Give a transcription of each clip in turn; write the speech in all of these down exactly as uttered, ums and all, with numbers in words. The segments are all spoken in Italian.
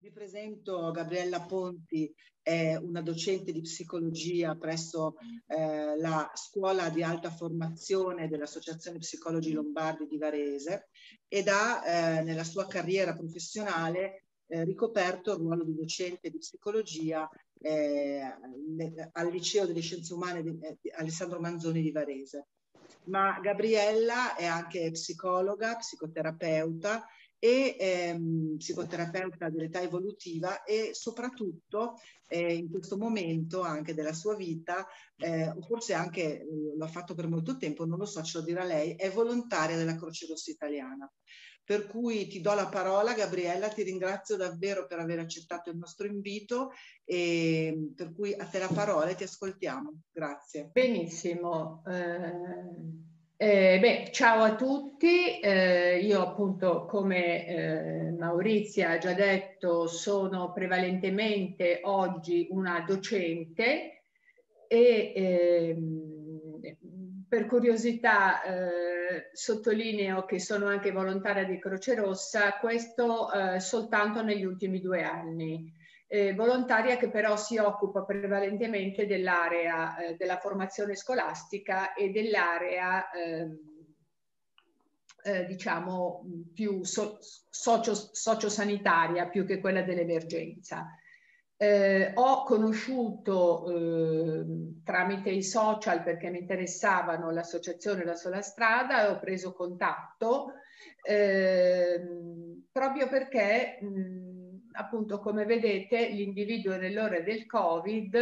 Vi presento Gabriella Ponti, è una docente di psicologia presso eh, la scuola di alta formazione dell'Associazione Psicologi Lombardi di Varese ed ha eh, nella sua carriera professionale eh, ricoperto il ruolo di docente di psicologia eh, al Liceo delle Scienze Umane di, di Alessandro Manzoni di Varese. Ma Gabriella è anche psicologa, psicoterapeuta e ehm, psicoterapeuta dell'età evolutiva e soprattutto eh, in questo momento anche della sua vita, eh, o forse anche eh, l'ha fatto per molto tempo, non lo so, ce lo dirà lei, è volontaria della Croce Rossa Italiana. Per cui ti do la parola, Gabriella, ti ringrazio davvero per aver accettato il nostro invito e per cui a te la parola e ti ascoltiamo. Grazie. Benissimo. Eh... Eh, beh, ciao a tutti, eh, io appunto come eh, Maurizia ha già detto sono prevalentemente oggi una docente e eh, per curiosità eh, sottolineo che sono anche volontaria di Croce Rossa, questo eh, soltanto negli ultimi due anni. Eh, volontaria che però si occupa prevalentemente dell'area eh, della formazione scolastica e dell'area eh, eh, diciamo più so, socio, sociosanitaria più che quella dell'emergenza. Eh, ho conosciuto eh, tramite i social, perché mi interessavano, l'associazione La Sola Strada, e ho preso contatto eh, proprio perché mh, appunto, come vedete, l'individuo nell'ora del Covid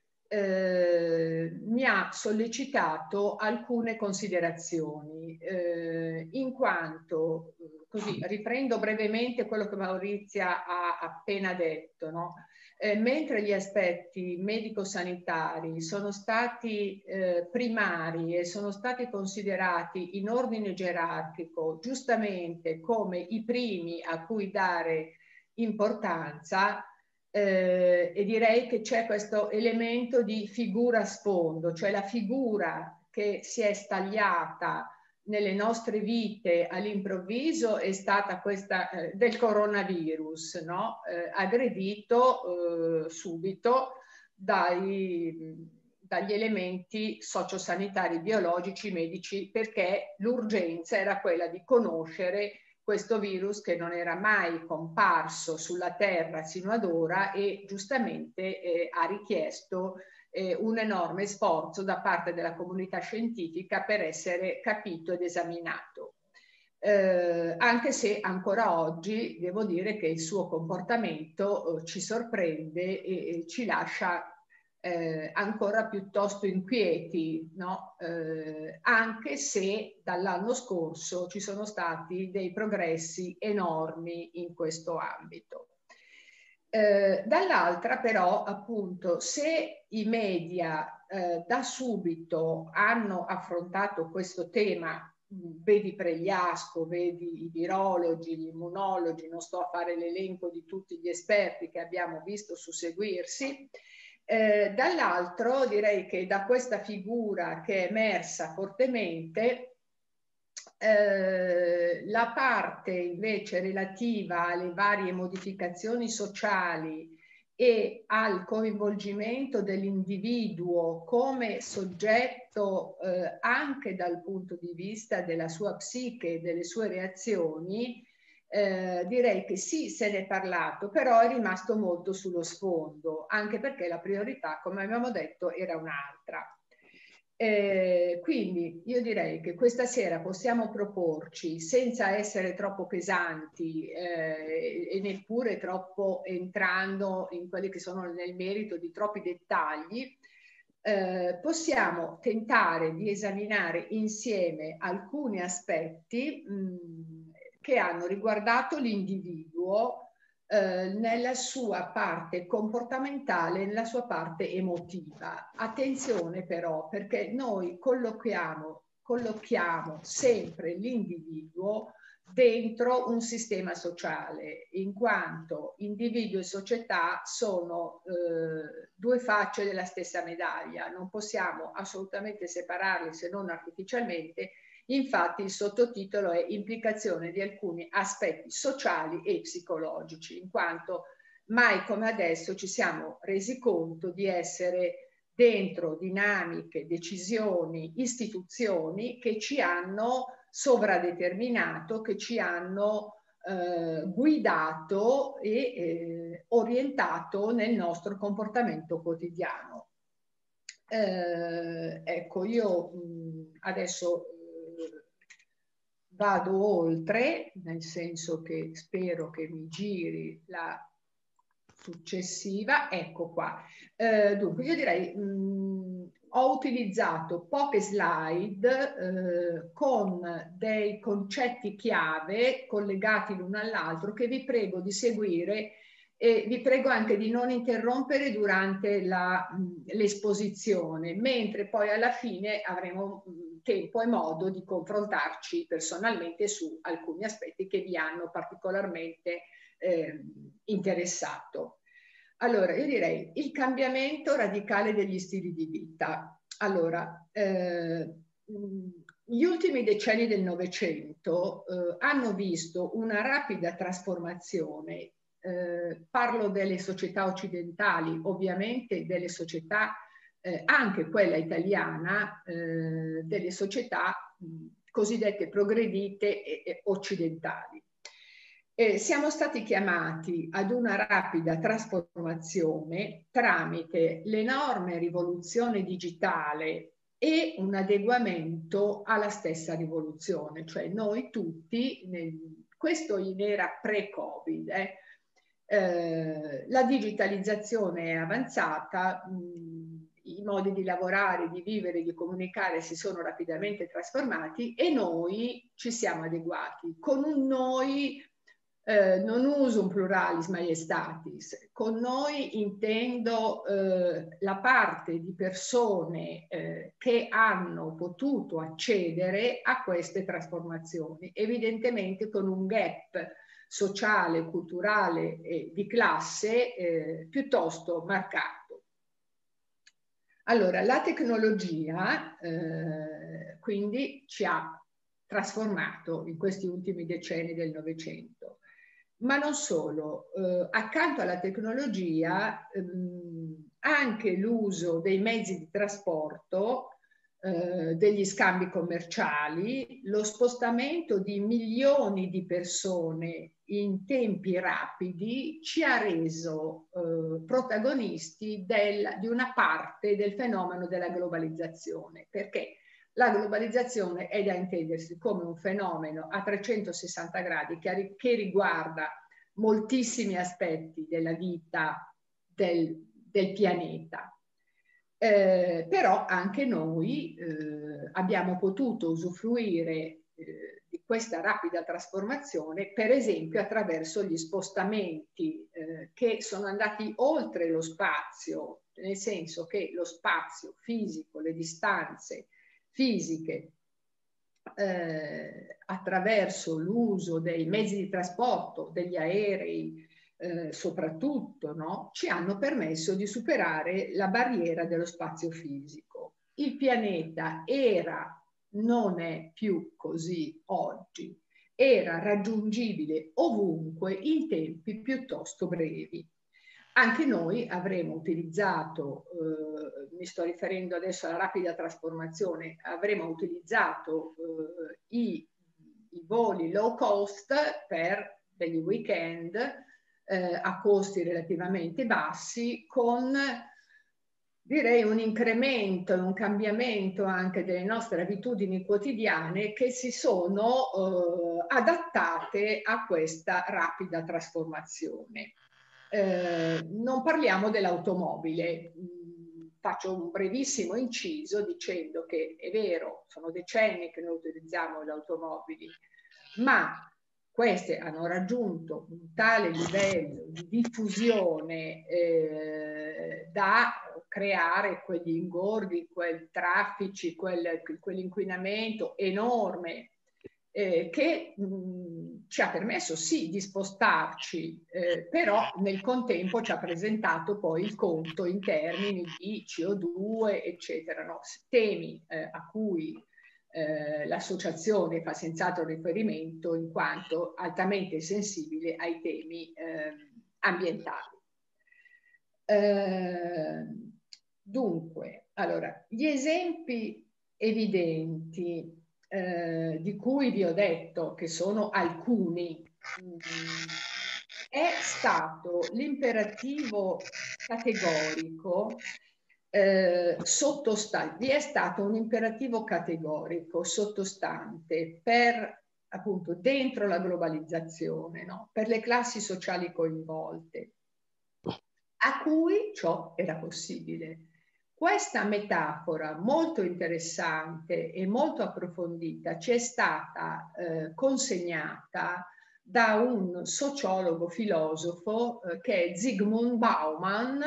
eh, mi ha sollecitato alcune considerazioni, eh, in quanto, così riprendo brevemente quello che Maurizia ha appena detto, no? Eh, mentre gli aspetti medico-sanitari sono stati eh, primari e sono stati considerati in ordine gerarchico giustamente come i primi a cui dare importanza, eh, e direi che c'è questo elemento di figura a sfondo, cioè la figura che si è stagliata nelle nostre vite all'improvviso è stata questa eh, del coronavirus, no? eh, aggredito eh, subito dai, dagli elementi sociosanitari, biologici, medici, perché l'urgenza era quella di conoscere questo virus che non era mai comparso sulla Terra sino ad ora e giustamente eh, ha richiesto eh, un enorme sforzo da parte della comunità scientifica per essere capito ed esaminato. Eh, anche se ancora oggi devo dire che il suo comportamento eh, ci sorprende e, e ci lascia Eh, ancora piuttosto inquieti, no? eh, anche se dall'anno scorso ci sono stati dei progressi enormi in questo ambito. Eh, dall'altra però, appunto, se i media eh, da subito hanno affrontato questo tema, vedi Pregliasco, vedi i virologi, gli immunologi, non sto a fare l'elenco di tutti gli esperti che abbiamo visto susseguirsi, Eh, dall'altro direi che da questa figura che è emersa fortemente eh, la parte invece relativa alle varie modificazioni sociali e al coinvolgimento dell'individuo come soggetto eh, anche dal punto di vista della sua psiche e delle sue reazioni, Eh, direi che sì, se ne è parlato, però è rimasto molto sullo sfondo, anche perché la priorità, come abbiamo detto, era un'altra. Eh, quindi io direi che questa sera possiamo proporci, senza essere troppo pesanti eh, e neppure troppo entrando in quelli che sono nel merito di troppi dettagli, eh, possiamo tentare di esaminare insieme alcuni aspetti mh, che hanno riguardato l'individuo eh, nella sua parte comportamentale, nella sua parte emotiva. Attenzione però, perché noi collochiamo, collochiamo sempre l'individuo dentro un sistema sociale, in quanto individuo e società sono eh, due facce della stessa medaglia, non possiamo assolutamente separarli se non artificialmente. Infatti il sottotitolo è implicazione di alcuni aspetti sociali e psicologici, in quanto mai come adesso ci siamo resi conto di essere dentro dinamiche, decisioni, istituzioni che ci hanno sovradeterminato, che ci hanno eh, guidato e eh, orientato nel nostro comportamento quotidiano. Eh, ecco, io mh, adesso eh, vado oltre, nel senso che spero che mi giri la successiva, ecco qua. Eh, dunque, io direi, mh, ho utilizzato poche slide eh, con dei concetti chiave collegati l'uno all'altro che vi prego di seguire e vi prego anche di non interrompere durante l'esposizione, mentre poi alla fine avremo mh, tempo e modo di confrontarci personalmente su alcuni aspetti che vi hanno particolarmente Eh, interessato. Allora, io direi il cambiamento radicale degli stili di vita. Allora, eh, gli ultimi decenni del Novecento eh, hanno visto una rapida trasformazione. Eh, parlo delle società occidentali, ovviamente delle società, eh, anche quella italiana, eh, delle società mh, cosiddette progredite e, e occidentali. Eh, siamo stati chiamati ad una rapida trasformazione tramite l'enorme rivoluzione digitale e un adeguamento alla stessa rivoluzione, cioè noi tutti, nel, questo in era pre-Covid, eh, eh, la digitalizzazione è avanzata, mh, i modi di lavorare, di vivere, di comunicare si sono rapidamente trasformati e noi ci siamo adeguati con un noi. Eh, non uso un pluralis maiestatis, con noi intendo eh, la parte di persone eh, che hanno potuto accedere a queste trasformazioni, evidentemente con un gap sociale, culturale e di classe eh, piuttosto marcato. Allora, la tecnologia eh, quindi ci ha trasformato in questi ultimi decenni del Novecento. Ma non solo, eh, accanto alla tecnologia ehm, anche l'uso dei mezzi di trasporto, eh, degli scambi commerciali, lo spostamento di milioni di persone in tempi rapidi ci ha reso eh, protagonisti del, di una parte del fenomeno della globalizzazione, perché la globalizzazione è da intendersi come un fenomeno a trecentosessanta gradi che, che riguarda moltissimi aspetti della vita del, del pianeta. Eh, però anche noi eh, abbiamo potuto usufruire eh, di questa rapida trasformazione, per esempio attraverso gli spostamenti eh, che sono andati oltre lo spazio, nel senso che lo spazio fisico, le distanze fisiche eh, attraverso l'uso dei mezzi di trasporto, degli aerei eh, soprattutto, no? Ci hanno permesso di superare la barriera dello spazio fisico. Il pianeta era, non è più così oggi, era raggiungibile ovunque in tempi piuttosto brevi. Anche noi avremo utilizzato, eh, mi sto riferendo adesso alla rapida trasformazione, avremo utilizzato eh, i, i voli low cost per degli weekend eh, a costi relativamente bassi, con direi un incremento e un cambiamento anche delle nostre abitudini quotidiane che si sono eh, adattate a questa rapida trasformazione. Eh, non parliamo dell'automobile. Faccio un brevissimo inciso dicendo che è vero, sono decenni che noi utilizziamo le automobili, ma queste hanno raggiunto un tale livello di diffusione eh, da creare quegli ingorghi, quel traffici, quel, quell'inquinamento enorme eh, che mh, ci ha permesso sì di spostarci, eh, però nel contempo ci ha presentato poi il conto in termini di C O due, eccetera, no? Temi eh, a cui eh, l'associazione fa senz'altro riferimento in quanto altamente sensibile ai temi eh, ambientali. Eh, dunque, allora, gli esempi evidenti eh, di cui vi ho detto che sono alcuni, mh, è stato l'imperativo categorico eh, sottostante, vi è stato un imperativo categorico sottostante per appunto dentro la globalizzazione, no? Per le classi sociali coinvolte, a cui ciò era possibile. Questa metafora molto interessante e molto approfondita ci è stata eh, consegnata da un sociologo filosofo eh, che è Zygmunt Bauman,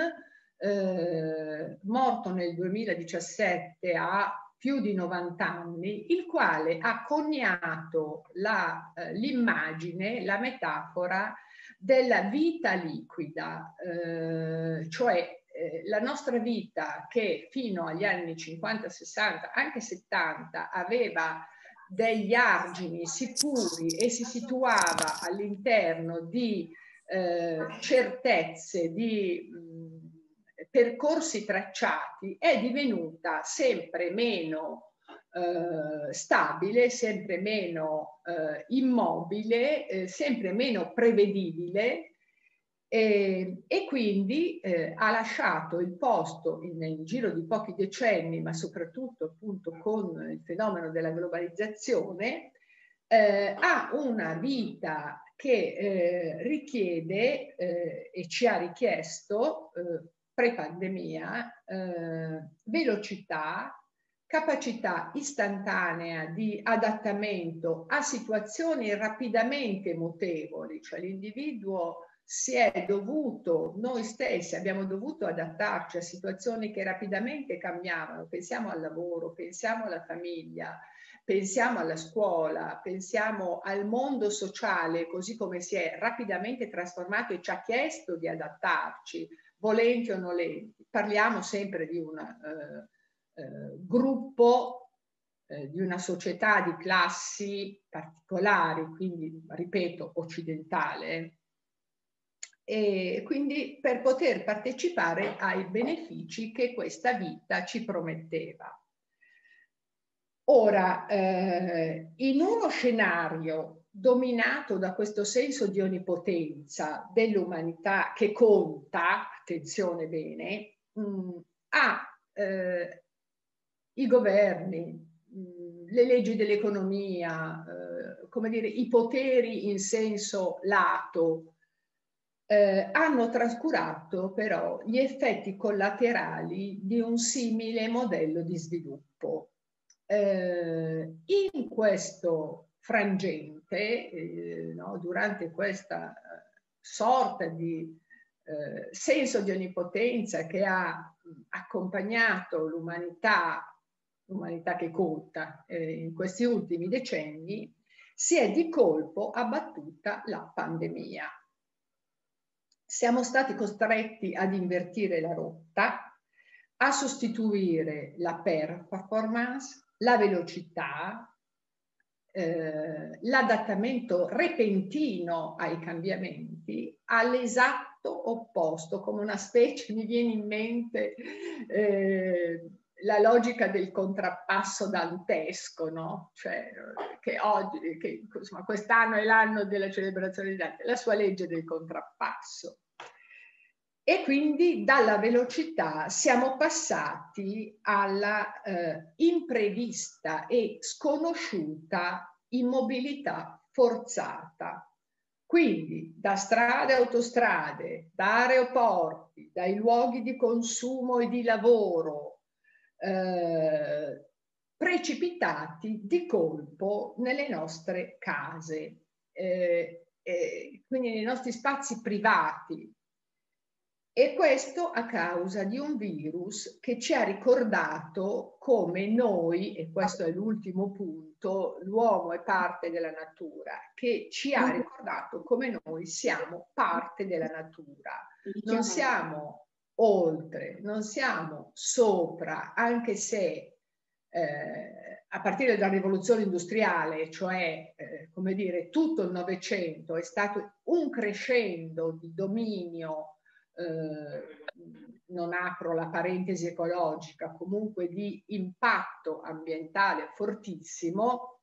eh, morto nel duemiladiciassette a più di novanta anni, il quale ha coniato eh, l'immagine, la metafora della vita liquida, eh, cioè eh, la nostra vita che fino agli anni cinquanta, sessanta, anche settanta aveva degli argini sicuri e si situava all'interno di eh, certezze, di mh, percorsi tracciati, è divenuta sempre meno eh, stabile, sempre meno eh, immobile, eh, sempre meno prevedibile. E, e quindi eh, ha lasciato il posto in, nel giro di pochi decenni, ma soprattutto appunto con il fenomeno della globalizzazione, eh, a una vita che eh, richiede eh, e ci ha richiesto eh, pre-pandemia eh, velocità, capacità istantanea di adattamento a situazioni rapidamente mutevoli, cioè l'individuo si è dovuto, noi stessi abbiamo dovuto adattarci a situazioni che rapidamente cambiavano, pensiamo al lavoro, pensiamo alla famiglia, pensiamo alla scuola, pensiamo al mondo sociale, così come si è rapidamente trasformato e ci ha chiesto di adattarci, volenti o nolenti. Parliamo sempre di un eh, eh, gruppo, eh, di una società di classi particolari, quindi, ripeto, occidentale, e quindi per poter partecipare ai benefici che questa vita ci prometteva. Ora, eh, in uno scenario dominato da questo senso di onnipotenza dell'umanità che conta, attenzione bene, mh, ha eh, i governi, mh, le leggi dell'economia, eh, come dire, i poteri in senso lato, Eh, hanno trascurato però gli effetti collaterali di un simile modello di sviluppo. Eh, in questo frangente, eh, no, durante questa sorta di eh, senso di onnipotenza che ha accompagnato l'umanità, l'umanità che conta eh, in questi ultimi decenni, si è di colpo abbattuta la pandemia. Siamo stati costretti ad invertire la rotta, a sostituire la performance, la velocità, eh, l'adattamento repentino ai cambiamenti all'esatto opposto, come una specie, mi viene in mente eh, la logica del contrappasso dantesco, no? Cioè, che oggi, che insomma, quest'anno è l'anno della celebrazione di Dante, la sua legge del contrappasso. E quindi dalla velocità siamo passati alla eh, imprevista e sconosciuta immobilità forzata. Quindi da strade, autostrade, da aeroporti, dai luoghi di consumo e di lavoro, eh, precipitati di colpo nelle nostre case, eh, eh, quindi nei nostri spazi privati. E questo a causa di un virus che ci ha ricordato come noi, e questo è l'ultimo punto, l'uomo è parte della natura, che ci ha ricordato come noi siamo parte della natura. Non siamo oltre, non siamo sopra, anche se eh, a partire dalla rivoluzione industriale, cioè eh, come dire tutto il Novecento, è stato un crescendo di dominio, eh, non apro la parentesi ecologica, comunque di impatto ambientale fortissimo,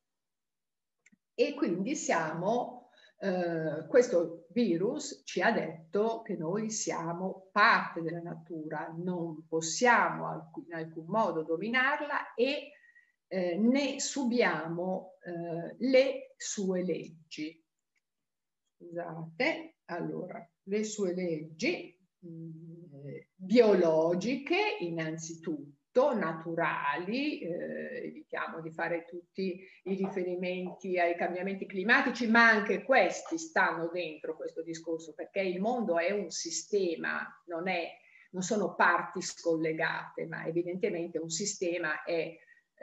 e quindi siamo, eh, questo virus ci ha detto che noi siamo parte della natura, non possiamo in alcun modo dominarla e eh, ne subiamo eh, le sue leggi. Scusate, allora, le sue leggi mh, biologiche innanzitutto, naturali, eh, evitiamo di fare tutti i riferimenti ai cambiamenti climatici, ma anche questi stanno dentro questo discorso, perché il mondo è un sistema, non, è, non sono parti scollegate, ma evidentemente un sistema è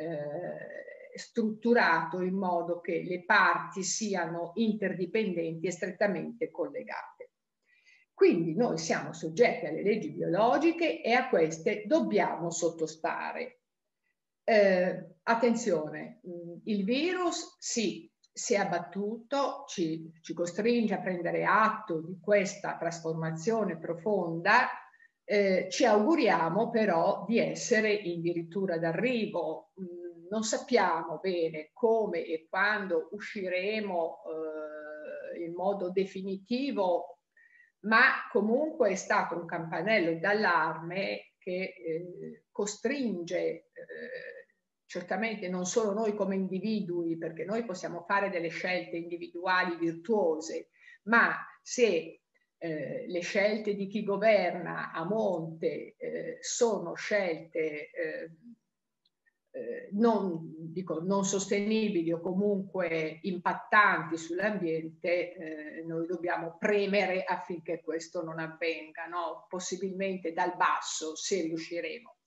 eh, strutturato in modo che le parti siano interdipendenti e strettamente collegate. Quindi noi siamo soggetti alle leggi biologiche e a queste dobbiamo sottostare. Eh, attenzione, il virus sì, si è abbattuto, ci, ci costringe a prendere atto di questa trasformazione profonda. Eh, ci auguriamo però di essere addirittura d'arrivo. Non sappiamo bene come e quando usciremo eh, in modo definitivo, ma comunque è stato un campanello d'allarme che eh, costringe eh, certamente non solo noi come individui, perché noi possiamo fare delle scelte individuali virtuose, ma se eh, le scelte di chi governa a monte eh, sono scelte eh, eh, non, dico, non sostenibili o comunque impattanti sull'ambiente, eh, noi dobbiamo premere affinché questo non avvenga, no? Possibilmente dal basso, se riusciremo.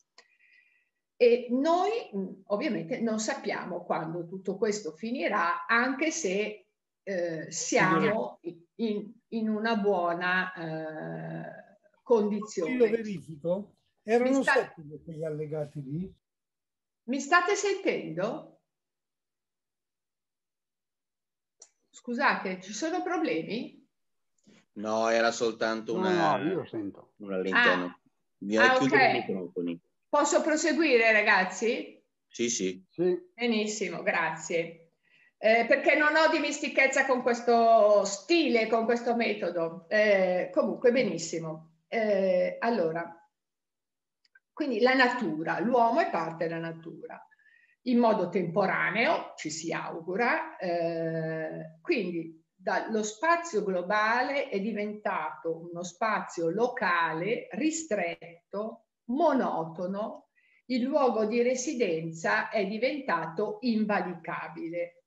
E noi ovviamente non sappiamo quando tutto questo finirà, anche se eh, siamo in, in una buona eh, condizione. Io verifico, erano sta... sette quegli allegati lì. Mi state sentendo? Scusate, ci sono problemi? No, era soltanto una, no, no, io sento. una lentana. Ah, Bisogna ah, chiudere okay. i microfoni. Posso proseguire, ragazzi? Sì, sì. Sì. Benissimo, grazie. Eh, perché non ho dimestichezza con questo stile, con questo metodo. Eh, comunque, benissimo. Eh, allora, quindi la natura, l'uomo è parte della natura. In modo temporaneo, ci si augura, eh, quindi lo spazio globale è diventato uno spazio locale, ristretto, monotono, il luogo di residenza è diventato invalicabile.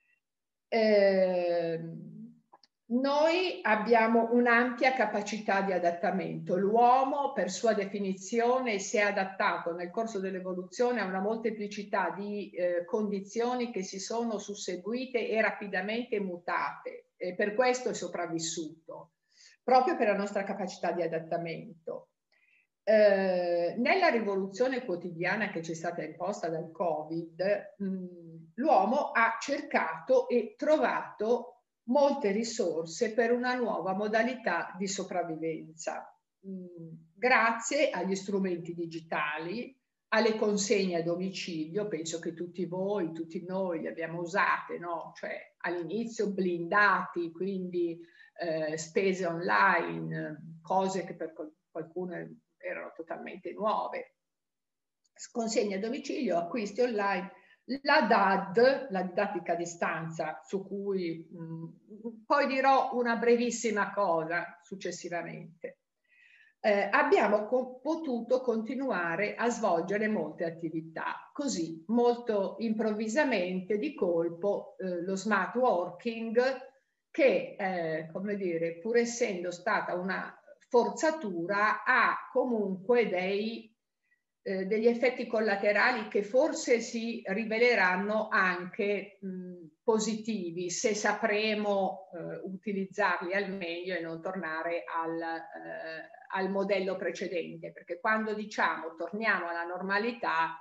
Eh, noi abbiamo un'ampia capacità di adattamento. L'uomo, per sua definizione, si è adattato nel corso dell'evoluzione a una molteplicità di eh, condizioni che si sono susseguite e rapidamente mutate, e per questo è sopravvissuto, proprio per la nostra capacità di adattamento. Eh, nella rivoluzione quotidiana che ci è stata imposta dal Covid, l'uomo ha cercato e trovato molte risorse per una nuova modalità di sopravvivenza, grazie agli strumenti digitali, alle consegne a domicilio. Penso che tutti voi, tutti noi li abbiamo usate, no? Cioè all'inizio blindati, quindi eh, spese online, cose che per qualcuno erano totalmente nuove. Consegne a domicilio, acquisti online. La D A D, la didattica a distanza, su cui mh, poi dirò una brevissima cosa successivamente. Eh, abbiamo co- potuto continuare a svolgere molte attività, così molto improvvisamente, di colpo, eh, lo smart working, che eh, come dire, pur essendo stata una forzatura, ha comunque dei Eh, degli effetti collaterali che forse si riveleranno anche mh, positivi, se sapremo eh, utilizzarli al meglio e non tornare al, eh, al modello precedente, perché quando diciamo torniamo alla normalità,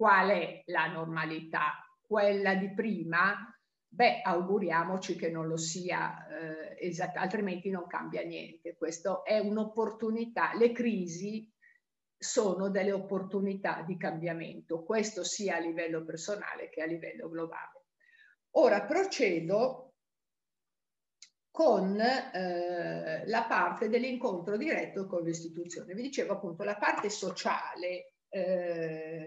qual è la normalità? Quella di prima? Beh, auguriamoci che non lo sia, eh, esatto, altrimenti non cambia niente. Questo è un'opportunità. Le crisi sono delle opportunità di cambiamento, questo sia a livello personale che a livello globale. Ora procedo con eh, la parte dell'incontro diretto con l'istituzione. Vi dicevo appunto la parte sociale, eh,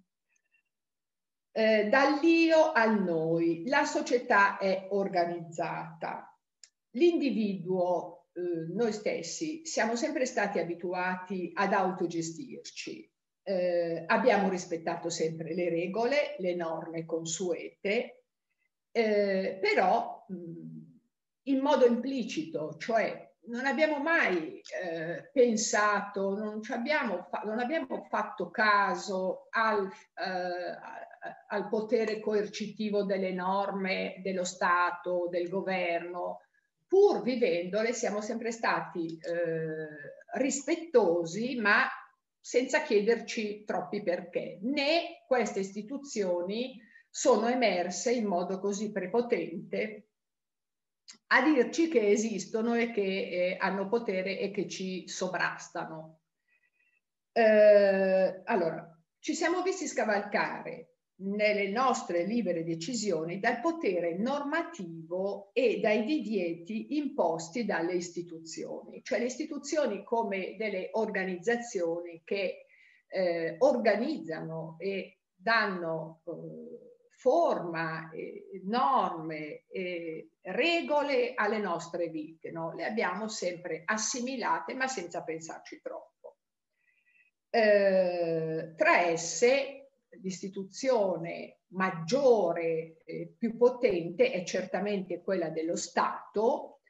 eh, dall'io al noi. La società è organizzata. L'individuo, eh, noi stessi, siamo sempre stati abituati ad autogestirci. Eh, abbiamo rispettato sempre le regole, le norme consuete, eh, però mh, in modo implicito, cioè non abbiamo mai eh, pensato, non, ci abbiamo fa non abbiamo fatto caso al, eh, al potere coercitivo delle norme dello Stato, del governo. Pur vivendole siamo sempre stati eh, rispettosi, ma senza chiederci troppi perché, né queste istituzioni sono emerse in modo così prepotente a dirci che esistono e che eh, hanno potere e che ci sovrastano. Eh, allora, ci siamo visti scavalcare nelle nostre libere decisioni dal potere normativo e dai divieti imposti dalle istituzioni, cioè le istituzioni come delle organizzazioni che eh, organizzano e danno eh, forma, eh, norme, eh, regole alle nostre vite, no? Le abbiamo sempre assimilate ma senza pensarci troppo. Eh, tra esse l'istituzione maggiore e eh, più potente è certamente quella dello Stato,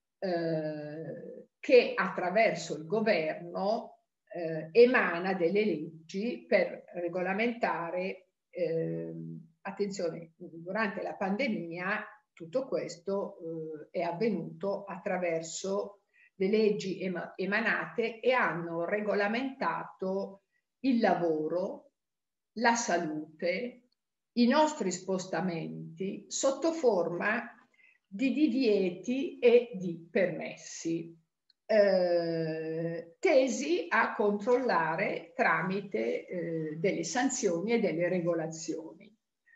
eh, che attraverso il governo eh, emana delle leggi per regolamentare, eh, attenzione, durante la pandemia tutto questo eh, è avvenuto attraverso le leggi em emanate e hanno regolamentato il lavoro, la salute, i nostri spostamenti sotto forma di divieti e di permessi, eh, tesi a controllare tramite eh, delle sanzioni e delle regolazioni.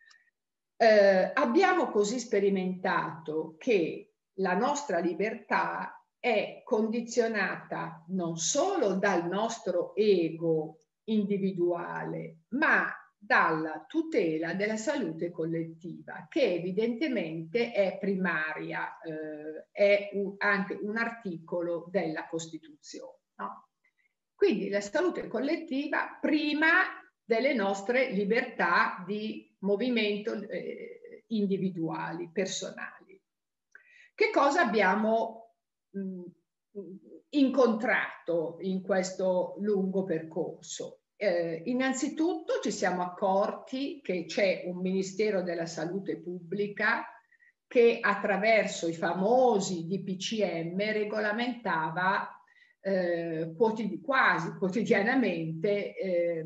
Eh, abbiamo così sperimentato che la nostra libertà è condizionata non solo dal nostro ego individuale, ma dalla tutela della salute collettiva, che evidentemente è primaria, eh, è un, anche un articolo della Costituzione, no? Quindi la salute collettiva prima delle nostre libertà di movimento eh, individuali, personali. Che cosa abbiamo mh, incontrato in questo lungo percorso? Eh, innanzitutto ci siamo accorti che c'è un Ministero della Salute Pubblica che attraverso i famosi D P C M regolamentava eh, quotidi- quasi quotidianamente eh,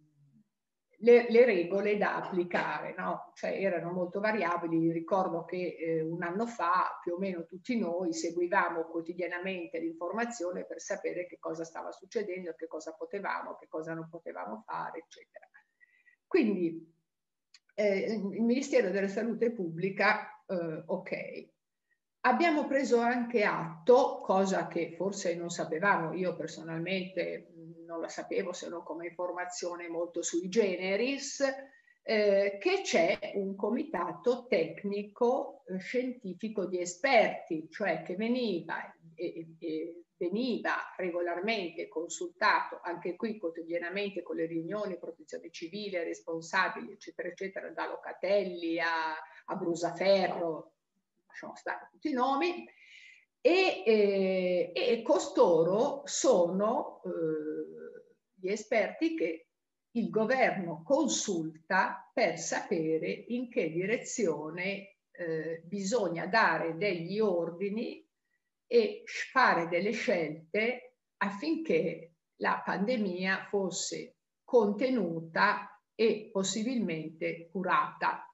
Le, le regole da applicare, no? Cioè erano molto variabili. Ricordo che eh, un anno fa più o meno tutti noi seguivamo quotidianamente l'informazione per sapere che cosa stava succedendo, che cosa potevamo, che cosa non potevamo fare, eccetera. Quindi eh, il Ministero della Salute Pubblica, eh, ok. Abbiamo preso anche atto, cosa che forse non sapevamo, io personalmente non la sapevo se non come informazione molto sui generis, eh, che c'è un comitato tecnico eh, scientifico di esperti, cioè che veniva, e, e veniva regolarmente consultato, anche qui quotidianamente con le riunioni, protezione civile, responsabili, eccetera, eccetera, da Locatelli a, a Brusaferro, lasciamo stare tutti i nomi, e, eh, e costoro sono eh, gli esperti che il governo consulta per sapere in che direzione eh, bisogna dare degli ordini e fare delle scelte affinché la pandemia fosse contenuta e possibilmente curata.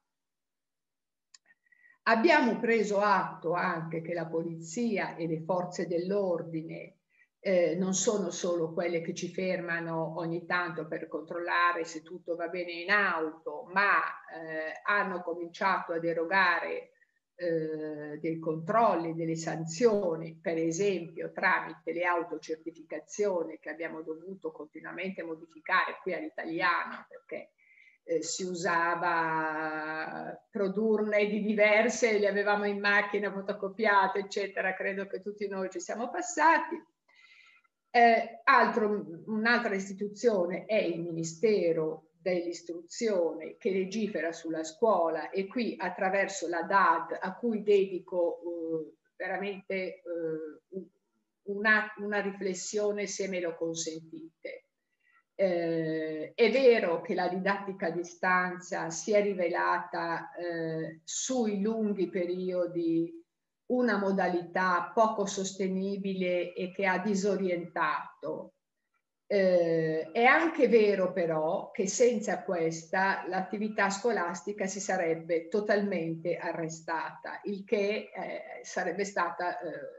Abbiamo preso atto anche che la polizia e le forze dell'ordine eh, non sono solo quelle che ci fermano ogni tanto per controllare se tutto va bene in auto, ma eh, hanno cominciato ad erogare eh, dei controlli, delle sanzioni, per esempio tramite le autocertificazioni che abbiamo dovuto continuamente modificare qui all'italiana, perché Eh, si usava produrne di diverse, le avevamo in macchina fotocopiate, eccetera. Credo che tutti noi ci siamo passati. Eh, un'altra istituzione è il Ministero dell'Istruzione, che legifera sulla scuola, e qui attraverso la D A D, a cui dedico eh, veramente eh, una, una riflessione, se me lo consentite. Eh, è vero che la didattica a distanza si è rivelata eh, sui lunghi periodi una modalità poco sostenibile e che ha disorientato. Eh, è anche vero però che senza questa l'attività scolastica si sarebbe totalmente arrestata, il che eh, sarebbe stata eh,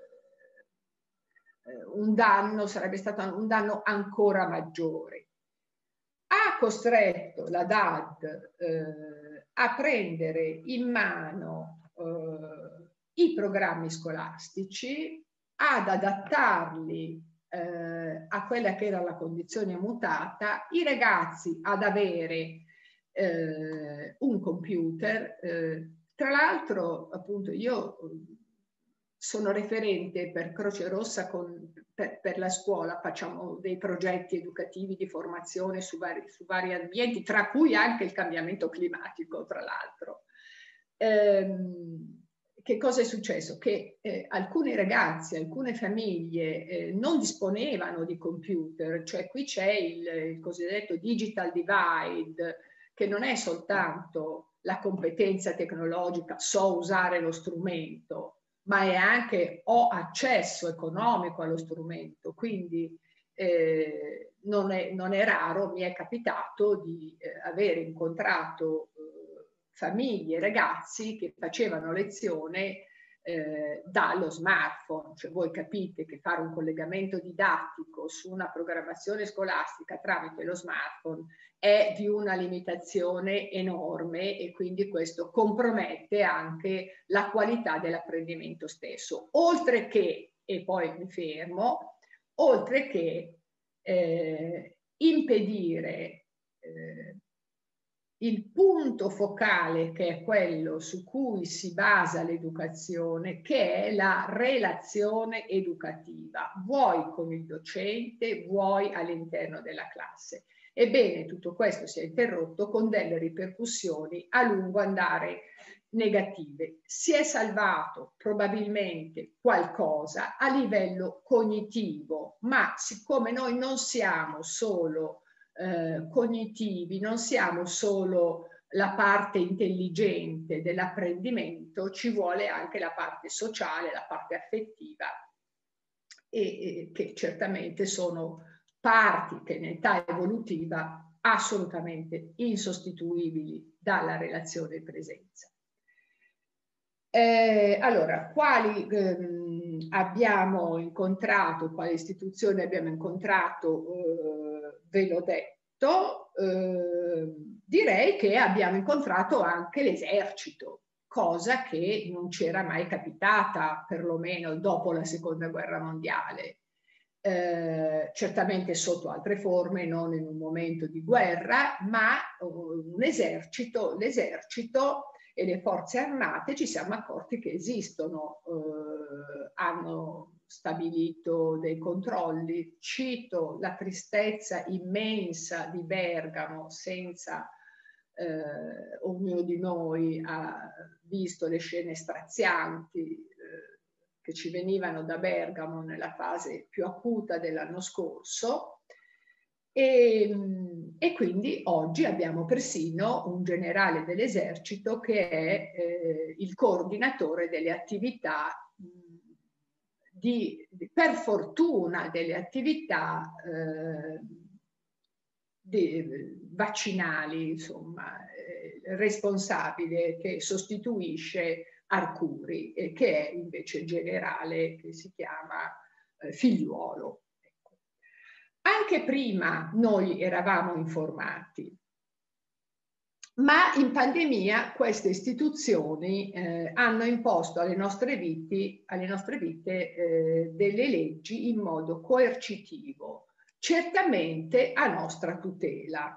un danno, sarebbe stato un danno ancora maggiore. Ha costretto la D A D eh, a prendere in mano eh, i programmi scolastici, ad adattarli eh, a quella che era la condizione mutata, i ragazzi ad avere eh, un computer. Eh, tra l'altro, appunto, io sono referente per Croce Rossa con, per, per la scuola, facciamo dei progetti educativi di formazione su vari, su vari ambienti, tra cui anche il cambiamento climatico, tra l'altro. Ehm, che cosa è successo? Che eh, alcuni ragazzi, alcune famiglie eh, non disponevano di computer, cioè qui c'è il, il cosiddetto digital divide, che non è soltanto la competenza tecnologica, so usare lo strumento, ma è anche ho accesso economico allo strumento, quindi eh, non, è, non è raro, mi è capitato di eh, avere incontrato eh, famiglie, ragazzi che facevano lezione eh, dallo smartphone, cioè voi capite che fare un collegamento didattico su una programmazione scolastica tramite lo smartphone è di una limitazione enorme, e quindi questo compromette anche la qualità dell'apprendimento stesso. Oltre che, e poi mi fermo, oltre che eh, impedire eh, il punto focale, che è quello su cui si basa l'educazione, che è la relazione educativa, vuoi con il docente, vuoi all'interno della classe. Ebbene, tutto questo si è interrotto con delle ripercussioni a lungo andare negative. Si è salvato probabilmente qualcosa a livello cognitivo, ma siccome noi non siamo solo eh, cognitivi, non siamo solo la parte intelligente dell'apprendimento, ci vuole anche la parte sociale, la parte affettiva, e, e che certamente sono parti che in età evolutiva assolutamente insostituibili dalla relazione di presenza. Eh, allora, quali ehm, abbiamo incontrato, quali istituzioni abbiamo incontrato, eh, ve l'ho detto, eh, direi che abbiamo incontrato anche l'esercito, cosa che non c'era mai capitata, perlomeno dopo la seconda guerra mondiale. Eh, certamente sotto altre forme, non in un momento di guerra, ma uh, un esercito, l'esercito e le forze armate, ci siamo accorti che esistono, eh, hanno stabilito dei controlli. Cito la tristezza immensa di Bergamo, senza eh, ognuno di noi ha visto le scene strazianti eh, che ci venivano da Bergamo nella fase più acuta dell'anno scorso. E, e quindi oggi abbiamo persino un generale dell'esercito che è eh, il coordinatore delle attività, di, di, per fortuna, delle attività eh, di, vaccinali, insomma, eh, responsabile che sostituisce Arcuri, e che è invece generale, che si chiama eh, Figliuolo. Ecco. Anche prima noi eravamo informati, ma in pandemia queste istituzioni eh, hanno imposto alle nostre, viti, alle nostre vite eh, delle leggi in modo coercitivo, certamente a nostra tutela.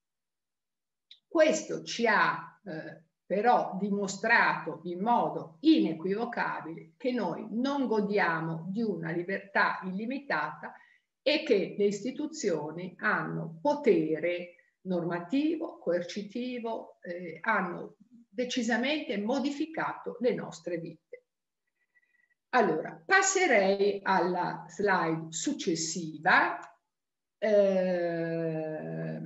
Questo ci ha eh, però dimostrato in modo inequivocabile che noi non godiamo di una libertà illimitata e che le istituzioni hanno potere normativo, coercitivo, eh, hanno decisamente modificato le nostre vite. Allora, passerei alla slide successiva. Eh,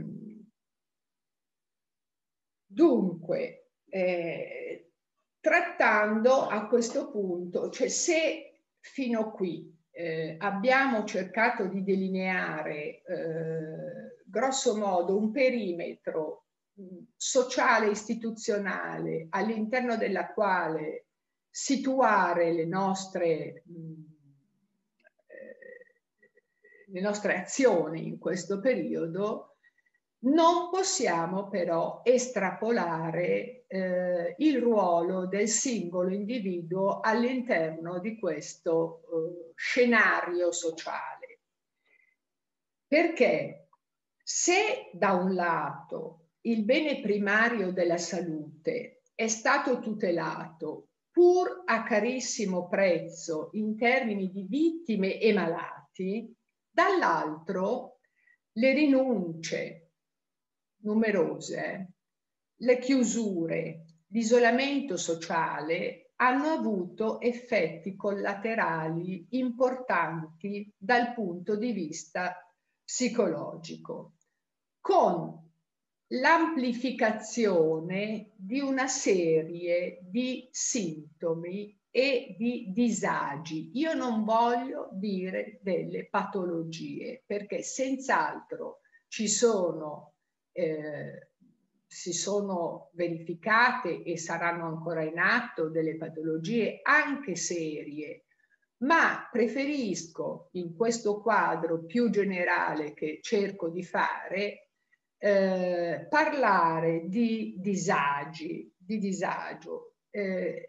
dunque, eh, trattando a questo punto, cioè se fino qui eh, abbiamo cercato di delineare eh, grosso modo un perimetro mh, sociale e istituzionale all'interno della quale situare le nostre, mh, eh, le nostre azioni in questo periodo, non possiamo però estrapolare eh, il ruolo del singolo individuo all'interno di questo eh, scenario sociale. Perché se da un lato il bene primario della salute è stato tutelato pur a carissimo prezzo in termini di vittime e malati, dall'altro le rinunce numerose, le chiusure, l'isolamento sociale hanno avuto effetti collaterali importanti dal punto di vista psicologico, con l'amplificazione di una serie di sintomi e di disagi. Io non voglio dire delle patologie, perché senz'altro ci sono Eh, si sono verificate e saranno ancora in atto delle patologie anche serie, ma preferisco in questo quadro più generale che cerco di fare eh, parlare di disagi, di disagio eh,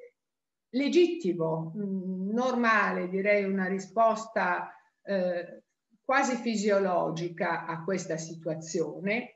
legittimo, mh, normale, direi una risposta eh, quasi fisiologica a questa situazione.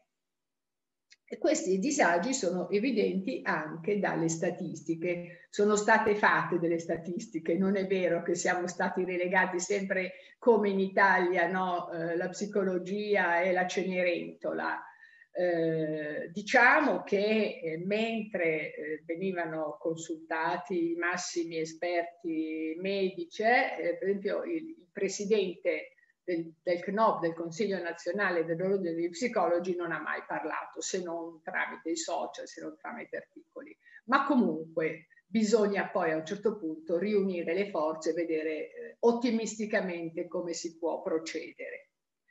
E questi disagi sono evidenti anche dalle statistiche. Sono state fatte delle statistiche, non è vero che siamo stati relegati sempre come in Italia, no? Eh, la psicologia e la Cenerentola. Eh, diciamo che eh, mentre eh, venivano consultati i massimi esperti medici, eh, per esempio il, il presidente del, del C N O P, del Consiglio Nazionale dell'Ordine degli Psicologi, non ha mai parlato, se non tramite i social, se non tramite articoli. Ma comunque bisogna poi a un certo punto riunire le forze e vedere eh, ottimisticamente come si può procedere.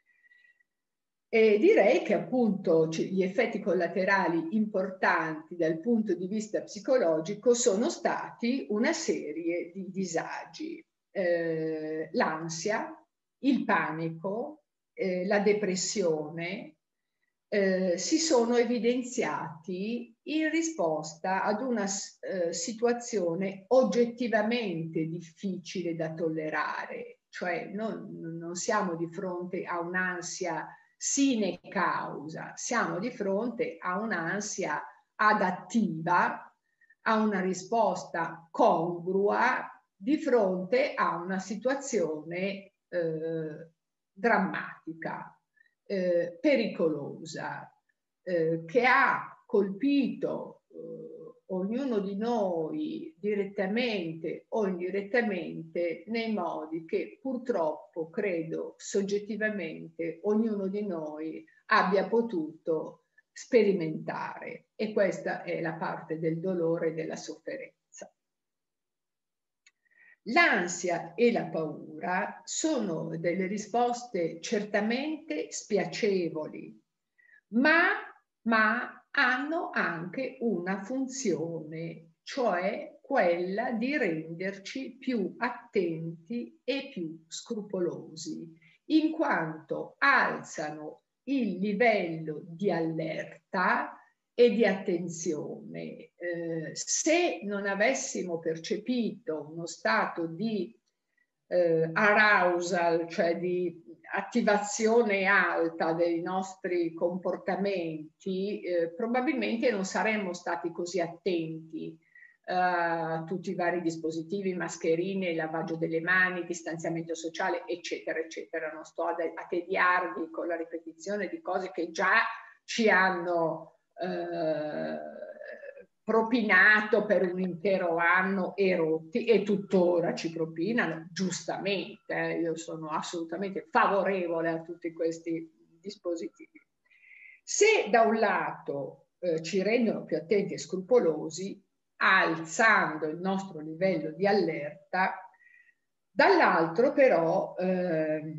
E direi che appunto gli effetti collaterali importanti dal punto di vista psicologico sono stati una serie di disagi, eh, l'ansia, il panico, eh, la depressione, eh, si sono evidenziati in risposta ad una eh, situazione oggettivamente difficile da tollerare, cioè non, non siamo di fronte a un'ansia sine causa, siamo di fronte a un'ansia adattiva, a una risposta congrua di fronte a una situazione eh, drammatica, eh, pericolosa, eh, che ha colpito eh, ognuno di noi direttamente o indirettamente nei modi che purtroppo credo soggettivamente ognuno di noi abbia potuto sperimentare, e questa è la parte del dolore e della sofferenza. L'ansia e la paura sono delle risposte certamente spiacevoli ma, ma hanno anche una funzione, cioè quella di renderci più attenti e più scrupolosi, in quanto alzano il livello di allerta e di attenzione. Eh, se non avessimo percepito uno stato di eh, arousal, cioè di attivazione alta dei nostri comportamenti, eh, probabilmente non saremmo stati così attenti a uh, tutti i vari dispositivi, mascherine, lavaggio delle mani, distanziamento sociale, eccetera, eccetera. Non sto a, a tediarvi con la ripetizione di cose che già ci hanno uh, propinato per un intero anno e rotti, e tuttora ci propinano, giustamente. Eh, io sono assolutamente favorevole a tutti questi dispositivi. Se da un lato eh, ci rendono più attenti e scrupolosi, alzando il nostro livello di allerta, dall'altro però eh,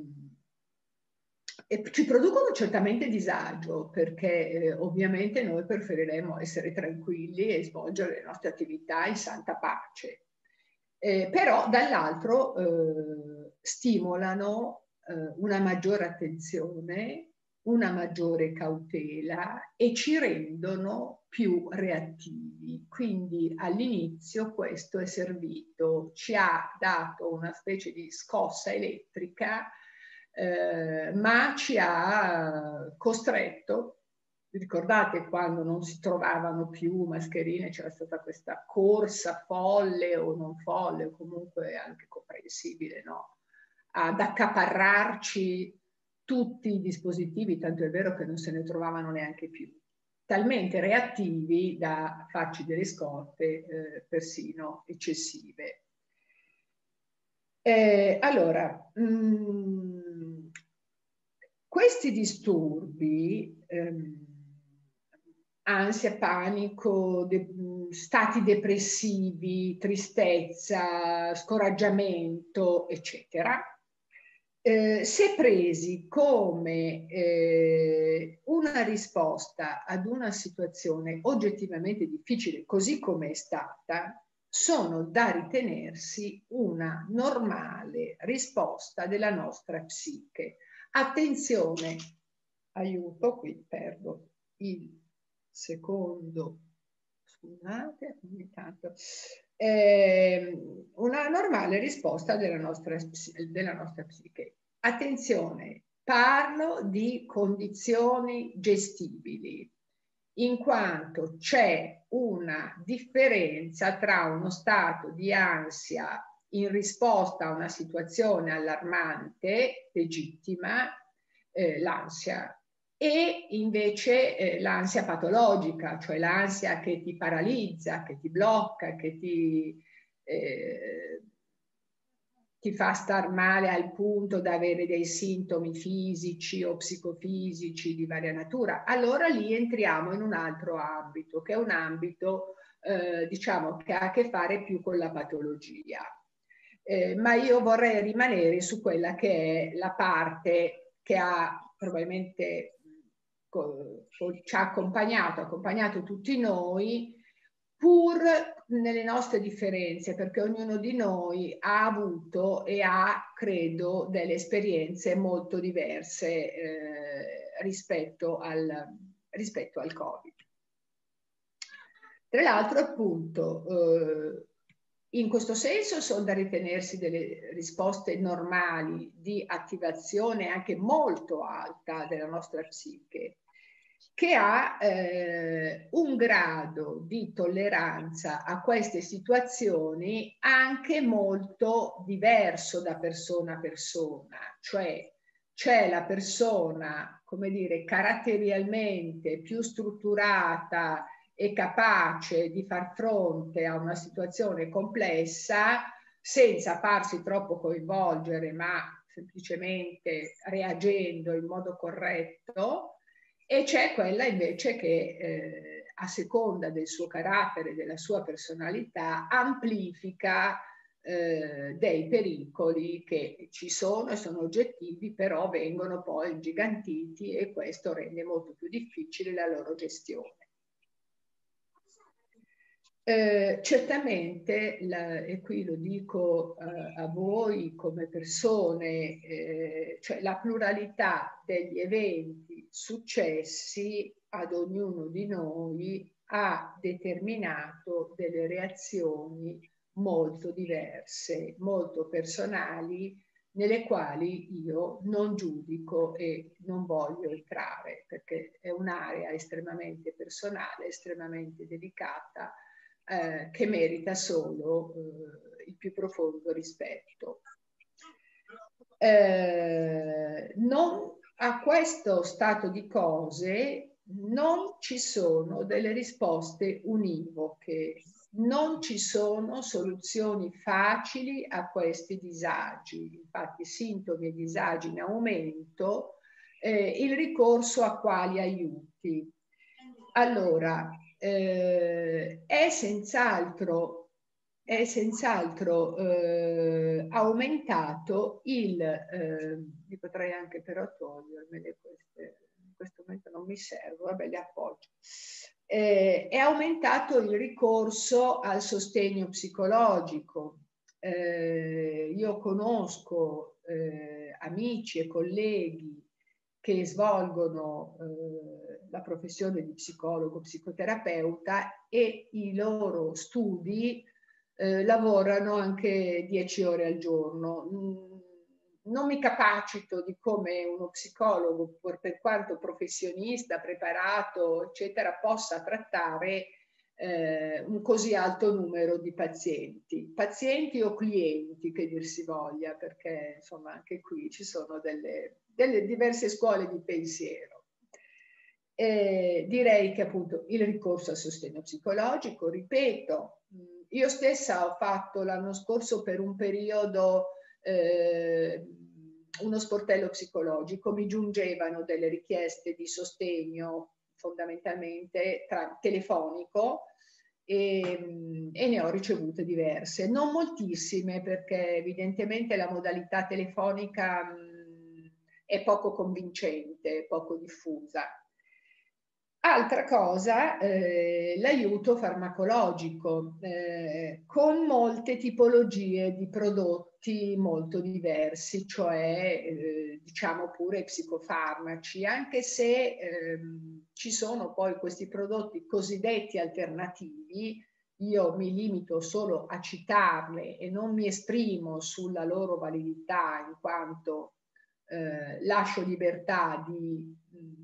ci producono certamente disagio, perché eh, ovviamente noi preferiremo essere tranquilli e svolgere le nostre attività in santa pace. Eh, però dall'altro eh, stimolano eh, una maggiore attenzione, una maggiore cautela e ci rendono più reattivi. Quindi all'inizio questo è servito, ci ha dato una specie di scossa elettrica, eh, ma ci ha costretto. Ricordate quando non si trovavano più mascherine, c'era stata questa corsa folle o non folle, o comunque anche comprensibile, no? Ad accaparrarci tutti i dispositivi, tanto è vero che non se ne trovavano neanche più, talmente reattivi da farci delle scorte eh, persino eccessive. Eh, allora, mh, questi disturbi, ehm, ansia, panico, de stati depressivi, tristezza, scoraggiamento, eccetera, eh, se presi come eh, una risposta ad una situazione oggettivamente difficile, così come è stata, sono da ritenersi una normale risposta della nostra psiche. Attenzione, aiuto, qui perdo il secondo, scusate, ogni tanto, eh, una normale risposta della nostra, della nostra psiche. Attenzione, parlo di condizioni gestibili, in quanto c'è una differenza tra uno stato di ansia in risposta a una situazione allarmante, legittima, eh, l'ansia, e invece eh, l'ansia patologica, cioè l'ansia che ti paralizza, che ti blocca, che ti, eh, ti fa star male al punto da avere dei sintomi fisici o psicofisici di varia natura. Allora lì entriamo in un altro ambito, che è un ambito, eh, diciamo, che ha a che fare più con la patologia. Eh, ma io vorrei rimanere su quella che è la parte che ha probabilmente ci ha accompagnato, accompagnato tutti noi, pur nelle nostre differenze, perché ognuno di noi ha avuto e ha, credo, delle esperienze molto diverse eh, rispetto al, rispetto al Covid. Tra l'altro, appunto, eh, in questo senso sono da ritenersi delle risposte normali di attivazione anche molto alta della nostra psiche, che ha eh, un grado di tolleranza a queste situazioni anche molto diverso da persona a persona. Cioè c'è la persona, come dire, caratterialmente più strutturata e capace di far fronte a una situazione complessa senza farsi troppo coinvolgere, ma semplicemente reagendo in modo corretto, e c'è quella invece che eh, a seconda del suo carattere, della sua personalità, amplifica eh, dei pericoli che ci sono e sono oggettivi, però vengono poi ingigantiti e questo rende molto più difficile la loro gestione. Eh, certamente, la, e qui lo dico eh, a voi come persone, eh, cioè la pluralità degli eventi successi ad ognuno di noi ha determinato delle reazioni molto diverse, molto personali, nelle quali io non giudico e non voglio entrare, perché è un'area estremamente personale, estremamente delicata, Eh, che merita solo eh, il più profondo rispetto. Eh, non, a questo stato di cose non ci sono delle risposte univoche, non ci sono soluzioni facili a questi disagi. Infatti, sintomi e disagi in aumento, eh, il ricorso a quali aiuti. Allora, eh, è senz'altro è senz'altro eh, aumentato il, eh, io potrei anche però togliermele queste, in questo momento non mi servono, vabbè le appoggio, eh, è aumentato il ricorso al sostegno psicologico. Eh, io conosco eh, amici e colleghi che svolgono eh, la professione di psicologo, psicoterapeuta e i loro studi eh, lavorano anche dieci ore al giorno. Non mi capacito di come uno psicologo, per quanto professionista, preparato, eccetera, possa trattare eh, un così alto numero di pazienti, pazienti o clienti che dir si voglia, perché insomma anche qui ci sono delle, delle diverse scuole di pensiero. Eh, direi che appunto il ricorso al sostegno psicologico, ripeto, io stessa ho fatto l'anno scorso per un periodo eh, uno sportello psicologico, mi giungevano delle richieste di sostegno fondamentalmente tra, telefonico e, e ne ho ricevute diverse, non moltissime perché evidentemente la modalità telefonica mh, è poco convincente, poco diffusa. Altra cosa, eh, l'aiuto farmacologico, eh, con molte tipologie di prodotti molto diversi, cioè eh, diciamo pure psicofarmaci, anche se ehm, ci sono poi questi prodotti cosiddetti alternativi, io mi limito solo a citarle e non mi esprimo sulla loro validità in quanto eh, lascio libertà di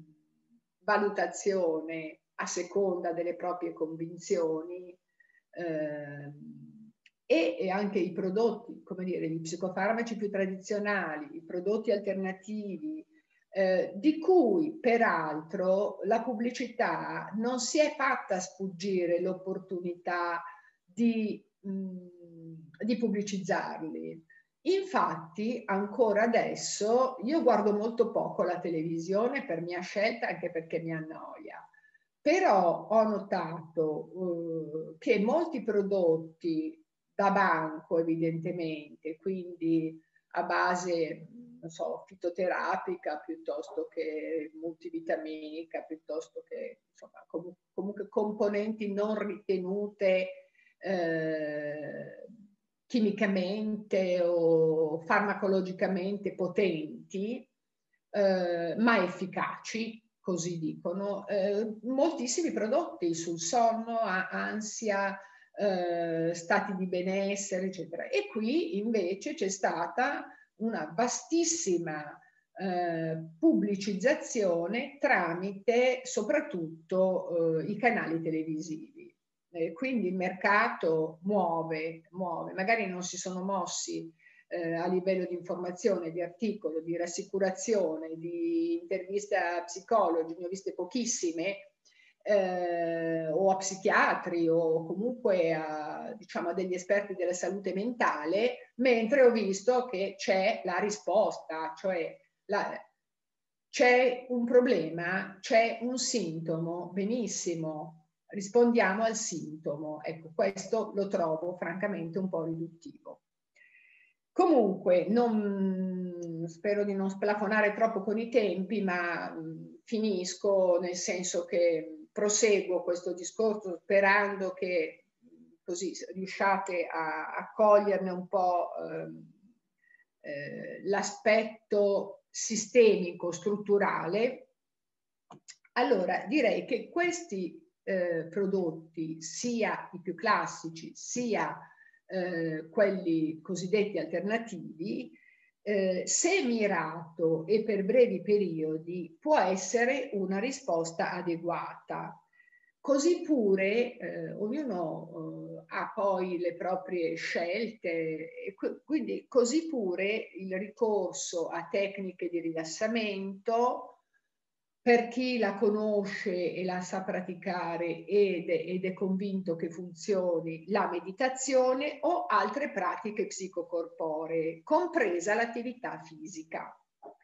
valutazione a seconda delle proprie convinzioni eh, e, e anche i prodotti, come dire, gli psicofarmaci più tradizionali, i prodotti alternativi, eh, di cui peraltro la pubblicità non si è fatta sfuggire l'opportunità di, mh, di pubblicizzarli. Infatti, ancora adesso, io guardo molto poco la televisione per mia scelta, anche perché mi annoia, però ho notato uh, che molti prodotti da banco, evidentemente, quindi a base, non so, fitoterapica, piuttosto che multivitaminica, piuttosto che, insomma, com comunque componenti non ritenute eh, chimicamente o farmacologicamente potenti, eh, ma efficaci, così dicono, eh, moltissimi prodotti sul sonno, ansia, eh, stati di benessere, eccetera. E qui invece c'è stata una vastissima eh, pubblicizzazione tramite soprattutto eh, i canali televisivi. Eh, quindi il mercato muove, muove, magari non si sono mossi eh, a livello di informazione, di articolo, di rassicurazione, di interviste a psicologi, ne ho viste pochissime, eh, o a psichiatri o comunque a, diciamo, a degli esperti della salute mentale, mentre ho visto che c'è la risposta, cioè c'è un problema, c'è un sintomo, benissimo, rispondiamo al sintomo. Ecco, questo lo trovo francamente un po' riduttivo. Comunque, non, spero di non splafonare troppo con i tempi, ma mh, finisco, nel senso che proseguo questo discorso sperando che così riusciate a, a coglierne un po' eh, eh, l'aspetto sistemico, strutturale. Allora, direi che questi eh, prodotti, sia i più classici, sia eh, quelli cosiddetti alternativi, eh, se mirato e per brevi periodi, può essere una risposta adeguata. Così pure eh, ognuno eh, ha poi le proprie scelte, e quindi così pure il ricorso a tecniche di rilassamento, per chi la conosce e la sa praticare ed è, ed è convinto che funzioni, la meditazione o altre pratiche psicocorporee, compresa l'attività fisica.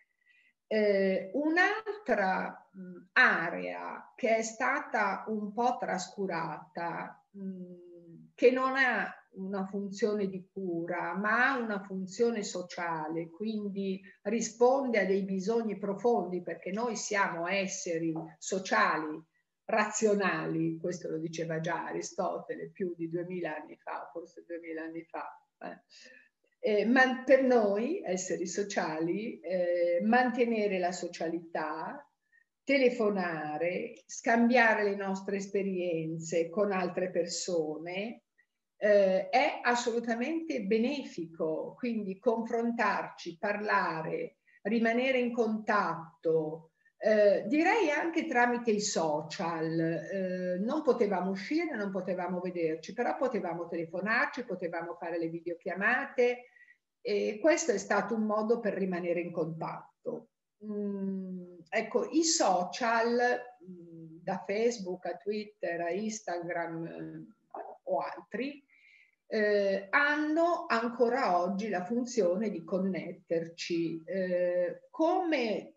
Eh, un'altra mh, area che è stata un po' trascurata, mh, che non ha una funzione di cura, ma ha una funzione sociale, quindi risponde a dei bisogni profondi, perché noi siamo esseri sociali, razionali, questo lo diceva già Aristotele più di duemila anni fa, forse duemila anni fa. Eh. Eh, ma per noi, esseri sociali, eh, mantenere la socialità, telefonare, scambiare le nostre esperienze con altre persone, eh, è assolutamente benefico. Quindi confrontarci, parlare, rimanere in contatto, eh, direi anche tramite i social. Eh, non potevamo uscire, non potevamo vederci, però potevamo telefonarci, potevamo fare le videochiamate, e questo è stato un modo per rimanere in contatto. Mm, ecco, i social, mm, da Facebook a Twitter a Instagram eh, o altri, eh, hanno ancora oggi la funzione di connetterci. Eh, come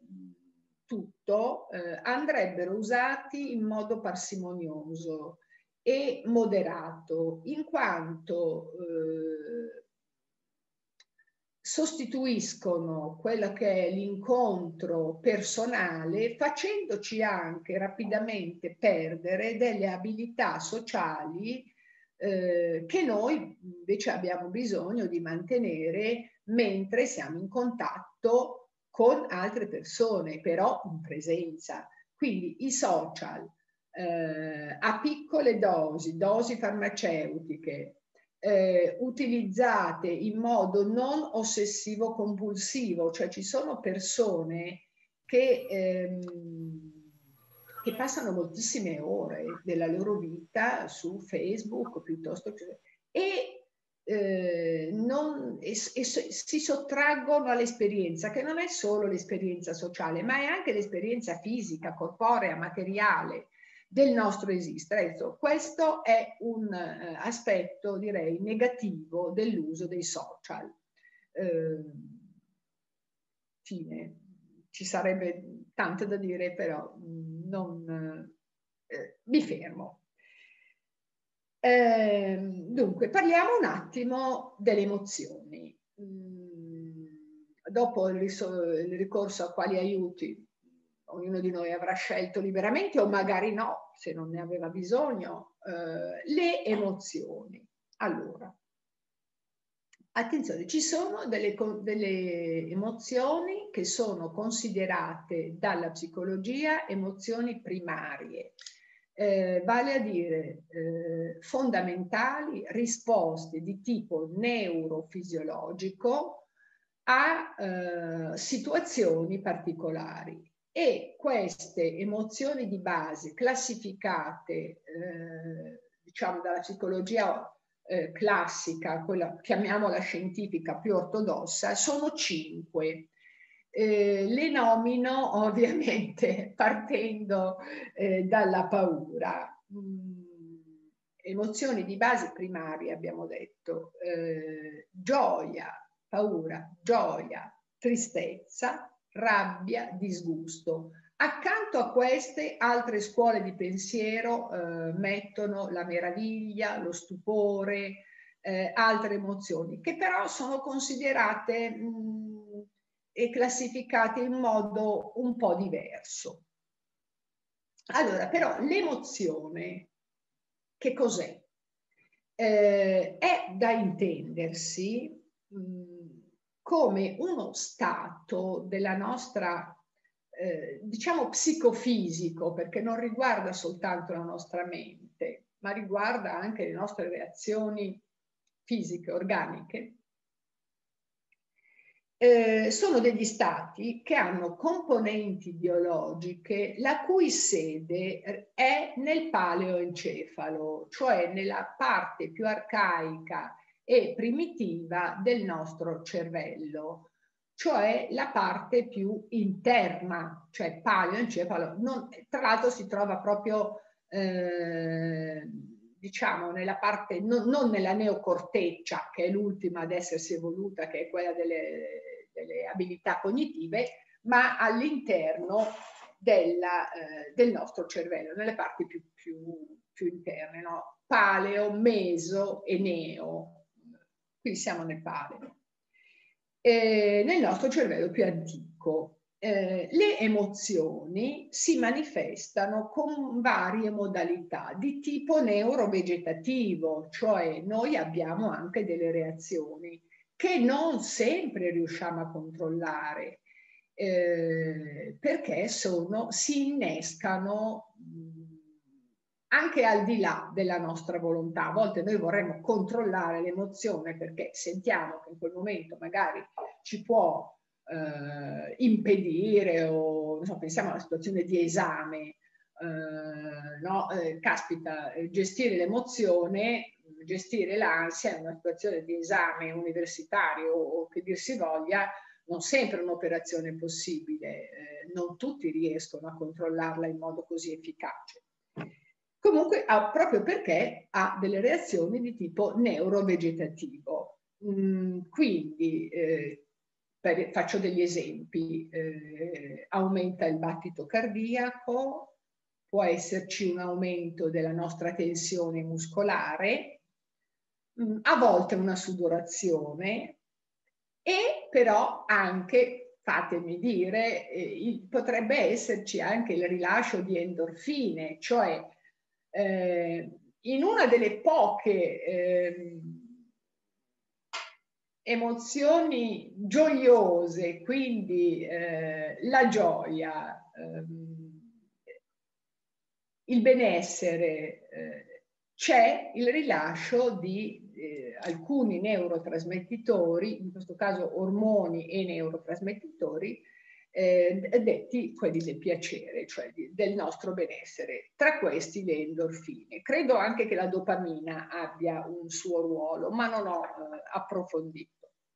tutto, eh, andrebbero usati in modo parsimonioso e moderato, in quanto eh, sostituiscono quello che è l'incontro personale, facendoci anche rapidamente perdere delle abilità sociali eh, che noi invece abbiamo bisogno di mantenere mentre siamo in contatto con altre persone, però in presenza. Quindi i social eh, a piccole dosi, dosi farmaceutiche, Eh, utilizzate in modo non ossessivo compulsivo, cioè ci sono persone che, ehm, che passano moltissime ore della loro vita su Facebook piuttosto che e, eh, non, e, e si sottraggono all'esperienza, che non è solo l'esperienza sociale, ma è anche l'esperienza fisica, corporea, materiale del nostro esistere. Questo è un eh, aspetto, direi, negativo dell'uso dei social. Eh, fine. Ci sarebbe tanto da dire, però non eh, mi fermo. Eh, dunque, parliamo un attimo delle emozioni. Mm, dopo il, il ricorso a quali aiuti ognuno di noi avrà scelto liberamente o magari no, se non ne aveva bisogno, eh, le emozioni. Allora, attenzione, ci sono delle, delle emozioni che sono considerate dalla psicologia emozioni primarie, eh, vale a dire eh, fondamentali, risposte di tipo neurofisiologico a eh, situazioni particolari. E queste emozioni di base classificate eh, diciamo dalla psicologia eh, classica, quella chiamiamola scientifica più ortodossa, sono cinque. Eh, le nomino ovviamente partendo eh, dalla paura. Mm, emozioni di base primaria, abbiamo detto, eh, gioia, paura, gioia, tristezza, rabbia, disgusto. Accanto a queste altre scuole di pensiero eh, mettono la meraviglia, lo stupore, eh, altre emozioni, che però sono considerate mh, e classificate in modo un po' diverso. Allora, però l'emozione, che cos'è? Eh, è da intendersi mh, come uno stato della nostra, eh, diciamo, psicofisico, perché non riguarda soltanto la nostra mente, ma riguarda anche le nostre reazioni fisiche, organiche. Eh, sono degli stati che hanno componenti biologiche la cui sede è nel paleoencefalo, cioè nella parte più arcaica e primitiva del nostro cervello, cioè la parte più interna, cioè paleoencefalo. Non, tra l'altro si trova proprio, eh, diciamo, nella parte, non, non nella neocorteccia, che è l'ultima ad essersi evoluta, che è quella delle delle abilità cognitive, ma all'interno della, eh, del nostro cervello, nelle parti più, più, più interne, no? Paleo, meso e neo. Qui siamo nel paleo. Eh, nel nostro cervello più antico. Eh, le emozioni si manifestano con varie modalità di tipo neurovegetativo, cioè noi abbiamo anche delle reazioni che non sempre riusciamo a controllare, eh, perché sono, si innescano mh, anche al di là della nostra volontà. A volte noi vorremmo controllare l'emozione perché sentiamo che in quel momento magari ci può eh, impedire, o non so, pensiamo a una situazione di esame, eh, no? Eh, caspita, gestire l'emozione, gestire l'ansia in una situazione di esame universitario o che dir si voglia, non sempre è un'operazione possibile, eh, non tutti riescono a controllarla in modo così efficace. Comunque, ha, proprio perché ha delle reazioni di tipo neurovegetativo. Mm, quindi, eh, per, faccio degli esempi, eh, aumenta il battito cardiaco, può esserci un aumento della nostra tensione muscolare, mh, a volte una sudorazione e però anche, fatemi dire, eh, potrebbe esserci anche il rilascio di endorfine, cioè eh, in una delle poche eh, emozioni gioiose, quindi eh, la gioia, ehm, il benessere, eh, c'è il rilascio di eh, alcuni neurotrasmettitori, in questo caso ormoni e neurotrasmettitori, eh, detti quelli del piacere, cioè di, del nostro benessere. Tra questi le endorfine. Credo anche che la dopamina abbia un suo ruolo, ma non ho eh, approfondito.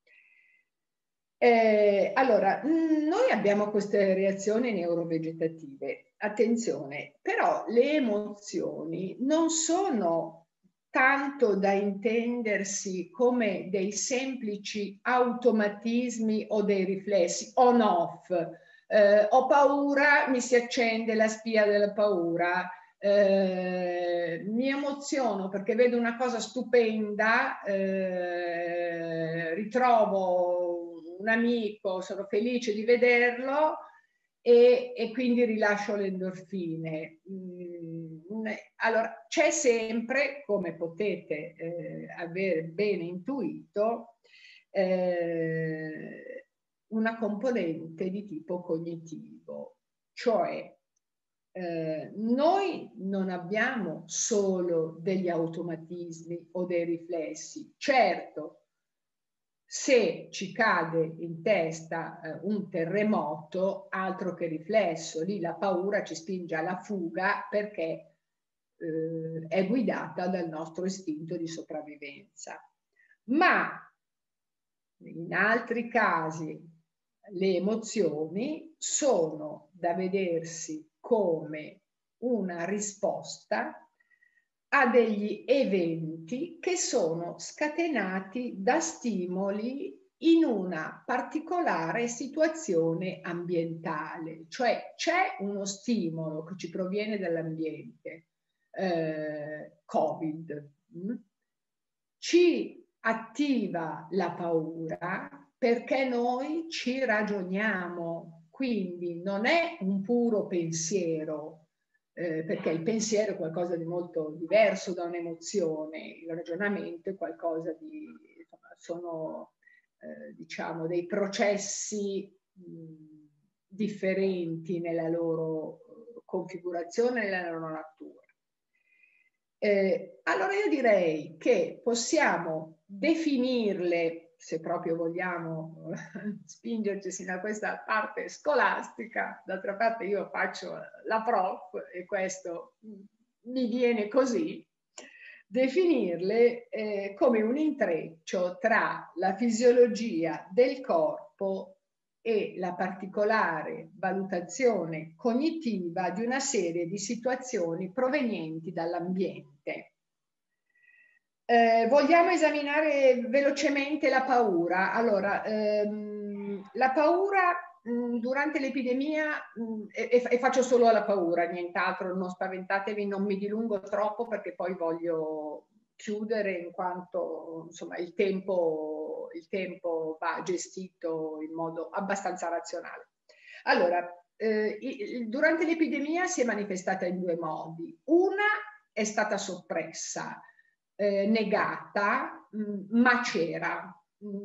Eh, allora, noi abbiamo queste reazioni neurovegetative. Attenzione, però le emozioni non sono tanto da intendersi come dei semplici automatismi o dei riflessi on-off. Eh, ho paura, mi si accende la spia della paura. Eh, mi emoziono perché vedo una cosa stupenda, eh, ritrovo un amico, sono felice di vederlo e, e quindi rilascio le endorfine. Mm, allora, c'è sempre, come potete eh, aver bene intuito, eh, una componente di tipo cognitivo, cioè eh, noi non abbiamo solo degli automatismi o dei riflessi. Certo, se ci cade in testa eh, un terremoto, altro che riflesso, lì la paura ci spinge alla fuga perché eh, è guidata dal nostro istinto di sopravvivenza. Ma in altri casi le emozioni sono da vedersi come una risposta a degli eventi che sono scatenati da stimoli in una particolare situazione ambientale, cioè c'è uno stimolo che ci proviene dall'ambiente, eh, Covid, mh? ci attiva la paura perché noi ci ragioniamo, quindi non è un puro pensiero, eh, perché il pensiero è qualcosa di molto diverso da un'emozione, il ragionamento è qualcosa di, insomma, sono eh, diciamo dei processi mh, differenti nella loro configurazione, nella loro natura. Eh, allora io direi che possiamo definirle, se proprio vogliamo spingerci sino a questa parte scolastica, d'altra parte io faccio la prof e questo mi viene così, definirle eh, come un intreccio tra la fisiologia del corpo e la particolare valutazione cognitiva di una serie di situazioni provenienti dall'ambiente. Eh, vogliamo esaminare velocemente la paura. Allora, ehm, la paura mh, durante l'epidemia, mh, e, e faccio solo la paura, nient'altro, non spaventatevi, non mi dilungo troppo perché poi voglio chiudere in quanto insomma il tempo, il tempo va gestito in modo abbastanza razionale. Allora, eh, durante l'epidemia si è manifestata in due modi. Una è stata soppressa, eh, negata, mh, ma c'era.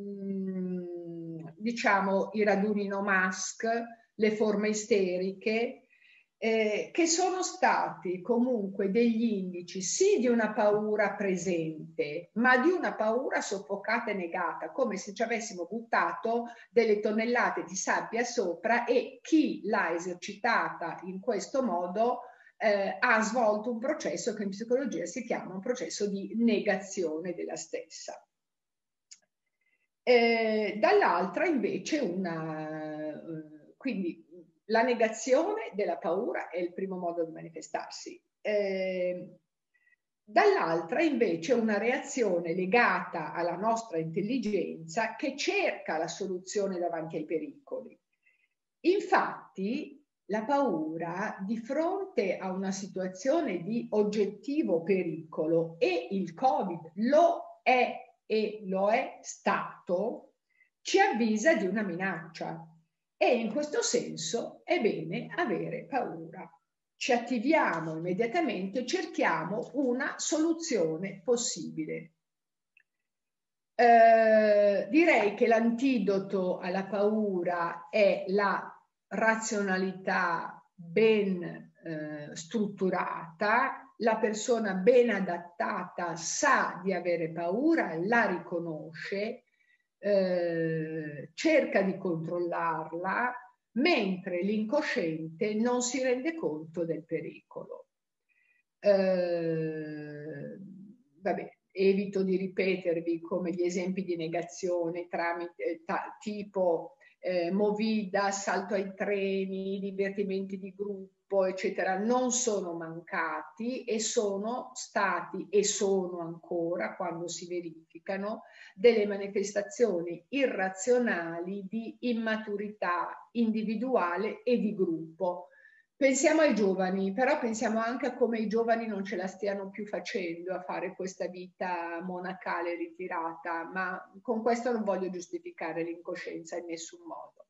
Mh, diciamo i raduni no mask, le forme isteriche, Eh, che sono stati comunque degli indici sì di una paura presente, ma di una paura soffocata e negata, come se ci avessimo buttato delle tonnellate di sabbia sopra e chi l'ha esercitata in questo modo eh, ha svolto un processo che in psicologia si chiama un processo di negazione della stessa. Eh, dall'altra invece una... Eh, quindi la negazione della paura è il primo modo di manifestarsi. Eh, dall'altra invece una reazione legata alla nostra intelligenza che cerca la soluzione davanti ai pericoli. Infatti la paura di fronte a una situazione di oggettivo pericolo, e il Covid lo è e lo è stato, ci avvisa di una minaccia. E in questo senso è bene avere paura. Ci attiviamo immediatamente, cerchiamo una soluzione possibile. Eh, direi che l'antidoto alla paura è la razionalità ben eh, strutturata. La persona ben adattata sa di avere paura, la riconosce, Eh, cerca di controllarla, mentre l'incosciente non si rende conto del pericolo. Eh, vabbè, evito di ripetervi come gli esempi di negazione tramite, ta, tipo eh, movida, salto ai treni, divertimenti di gruppo, eccetera, non sono mancati e sono stati e sono ancora, quando si verificano, delle manifestazioni irrazionali di immaturità individuale e di gruppo. Pensiamo ai giovani, però pensiamo anche a come i giovani non ce la stiano più facendo a fare questa vita monacale ritirata, ma con questo non voglio giustificare l'incoscienza in nessun modo.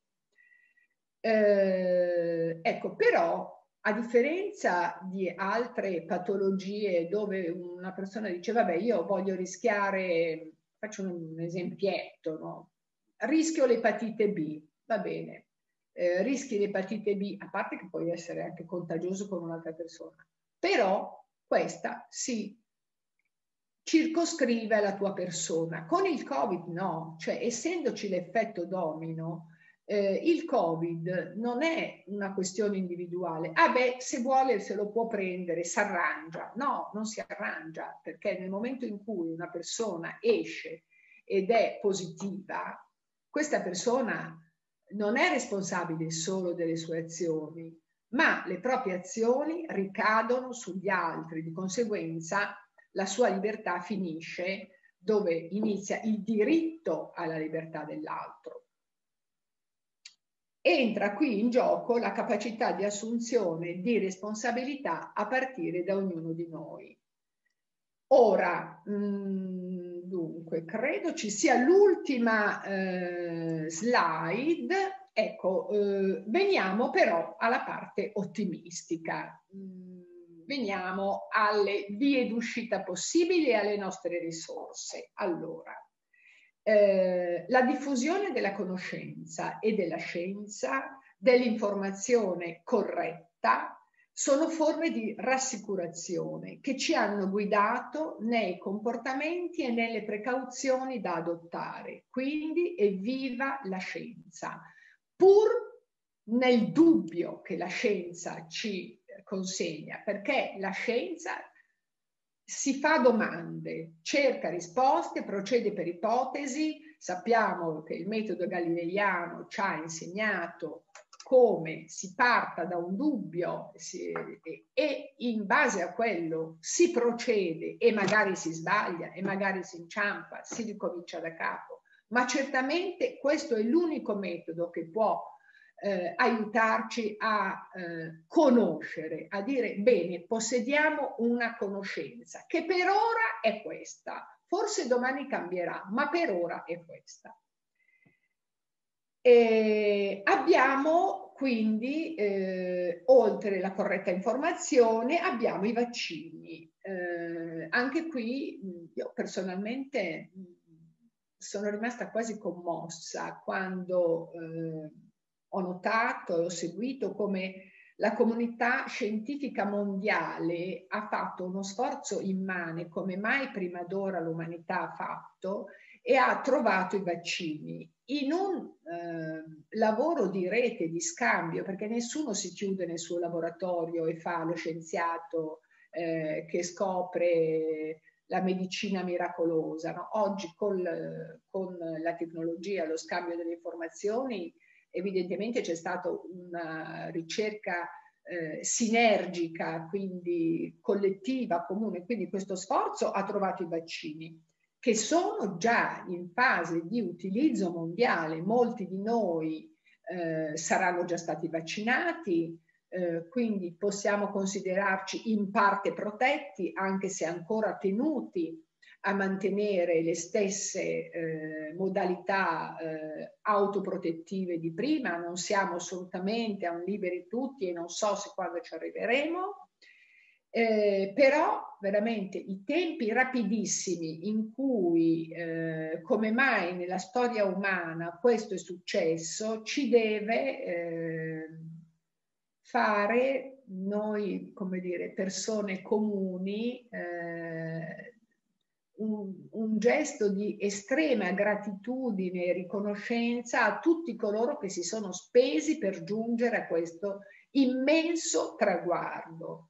Eh, ecco, però a differenza di altre patologie dove una persona dice vabbè io voglio rischiare, faccio un esempietto, no? Rischio l'epatite B, va bene. Eh, rischi l'epatite B, a parte che puoi essere anche contagioso con un'altra persona, però questa si circoscrive alla tua persona. Con il Covid no, cioè essendoci l'effetto domino, eh, il Covid non è una questione individuale. Ah beh, se vuole se lo può prendere, si arrangia. No, non si arrangia, perché nel momento in cui una persona esce ed è positiva, questa persona non è responsabile solo delle sue azioni, ma le proprie azioni ricadono sugli altri. Di conseguenza la sua libertà finisce dove inizia il diritto alla libertà dell'altro. Entra qui in gioco la capacità di assunzione di responsabilità a partire da ognuno di noi. Ora, mh, dunque, credo ci sia l'ultima eh, slide. Ecco, eh, veniamo però alla parte ottimistica. Mh, veniamo alle vie d'uscita possibili e alle nostre risorse. Allora, eh, la diffusione della conoscenza e della scienza, dell'informazione corretta, sono forme di rassicurazione che ci hanno guidato nei comportamenti e nelle precauzioni da adottare. Quindi evviva la scienza, pur nel dubbio che la scienza ci consegna, perché la scienza si fa domande, cerca risposte, procede per ipotesi. Sappiamo che il metodo galileiano ci ha insegnato come si parta da un dubbio si, e in base a quello si procede e magari si sbaglia e magari si inciampa, si ricomincia da capo, ma certamente questo è l'unico metodo che può eh, aiutarci a eh, conoscere, a dire bene, possediamo una conoscenza che per ora è questa, forse domani cambierà, ma per ora è questa. E abbiamo quindi, eh, oltre la corretta informazione, abbiamo i vaccini. Eh, anche qui io personalmente sono rimasta quasi commossa quando eh, ho notato e ho seguito come la comunità scientifica mondiale ha fatto uno sforzo immane, come mai prima d'ora l'umanità ha fatto, e ha trovato i vaccini in un eh, lavoro di rete, di scambio, perché nessuno si chiude nel suo laboratorio e fa lo scienziato eh, che scopre la medicina miracolosa. No? Oggi col, con la tecnologia, lo scambio delle informazioni, evidentemente c'è stata una ricerca eh, sinergica, quindi collettiva, comune, quindi questo sforzo ha trovato i vaccini, che sono già in fase di utilizzo mondiale. Molti di noi eh, saranno già stati vaccinati, eh, quindi possiamo considerarci in parte protetti, anche se ancora tenuti a mantenere le stesse eh, modalità eh, autoprotettive di prima. Non siamo assolutamente a un liberi tutti e non so se quando ci arriveremo. Eh, però veramente i tempi rapidissimi in cui, eh, come mai nella storia umana questo è successo, ci deve eh, fare noi, come dire, persone comuni, eh, un, un gesto di estrema gratitudine e riconoscenza a tutti coloro che si sono spesi per giungere a questo immenso traguardo.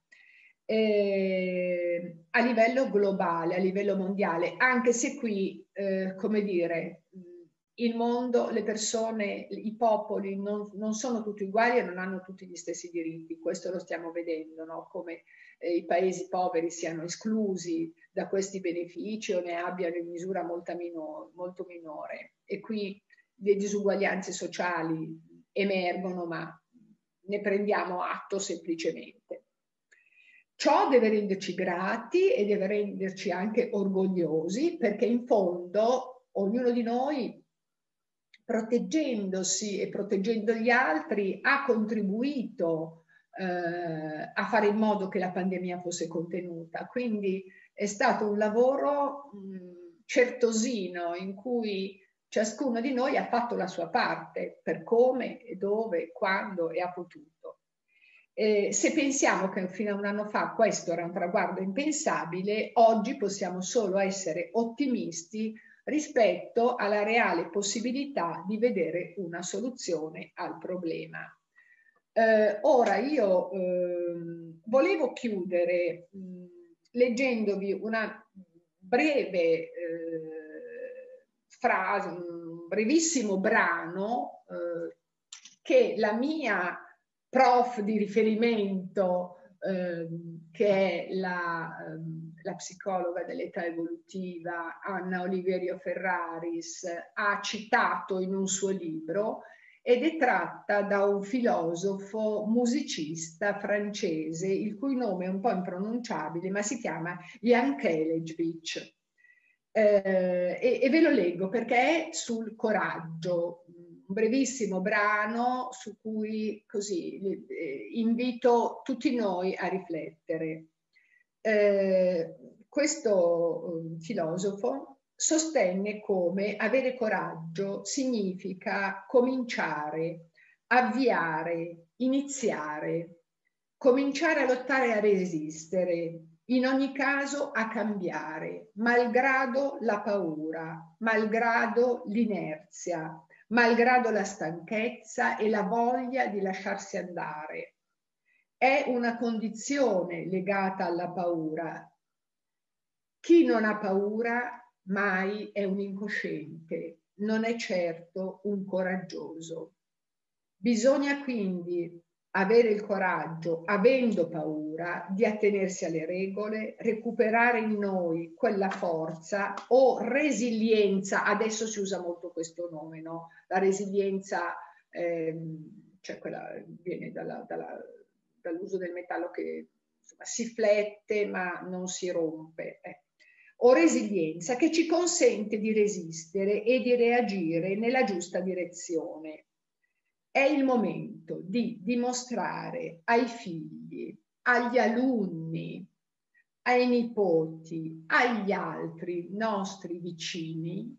Eh, a livello globale, a livello mondiale, anche se qui, eh, come dire, il mondo, le persone, i popoli non, non sono tutti uguali e non hanno tutti gli stessi diritti. Questo lo stiamo vedendo, no? Come eh, i paesi poveri siano esclusi da questi benefici o ne abbiano in misura molta minor, molto minore. E qui le disuguaglianze sociali emergono, ma ne prendiamo atto semplicemente. Ciò deve renderci grati e deve renderci anche orgogliosi, perché in fondo ognuno di noi, proteggendosi e proteggendo gli altri, ha contribuito eh, a fare in modo che la pandemia fosse contenuta. Quindi è stato un lavoro mh, certosino in cui ciascuno di noi ha fatto la sua parte per come, dove, quando e ha potuto. Eh, se pensiamo che fino a un anno fa questo era un traguardo impensabile, oggi possiamo solo essere ottimisti rispetto alla reale possibilità di vedere una soluzione al problema. Eh, ora io eh, volevo chiudere mh, leggendovi una breve eh, frase, un brevissimo brano eh, che la mia prof di riferimento, eh, che è la, eh, la psicologa dell'età evolutiva Anna Oliverio Ferraris, ha citato in un suo libro, ed è tratta da un filosofo musicista francese, il cui nome è un po' impronunciabile, ma si chiama Jan Kelejvic. Eh, e, e ve lo leggo perché è sul coraggio, un brevissimo brano su cui così eh, invito tutti noi a riflettere. Eh, questo eh, filosofo sostenne come avere coraggio significa cominciare, avviare, iniziare, cominciare a lottare e a resistere, in ogni caso a cambiare, malgrado la paura, malgrado l'inerzia, malgrado la stanchezza e la voglia di lasciarsi andare. È una condizione legata alla paura. Chi non ha paura mai è un incosciente, non è certo un coraggioso. Bisogna quindi avere il coraggio, avendo paura, di attenersi alle regole, recuperare in noi quella forza o resilienza, adesso si usa molto questo nome, no? La resilienza, ehm, cioè quella viene dalla, dalla, dall'uso del metallo che insomma, si flette ma non si rompe. Eh. O resilienza che ci consente di resistere e di reagire nella giusta direzione. È il momento di dimostrare ai figli, agli alunni, ai nipoti, agli altri nostri vicini,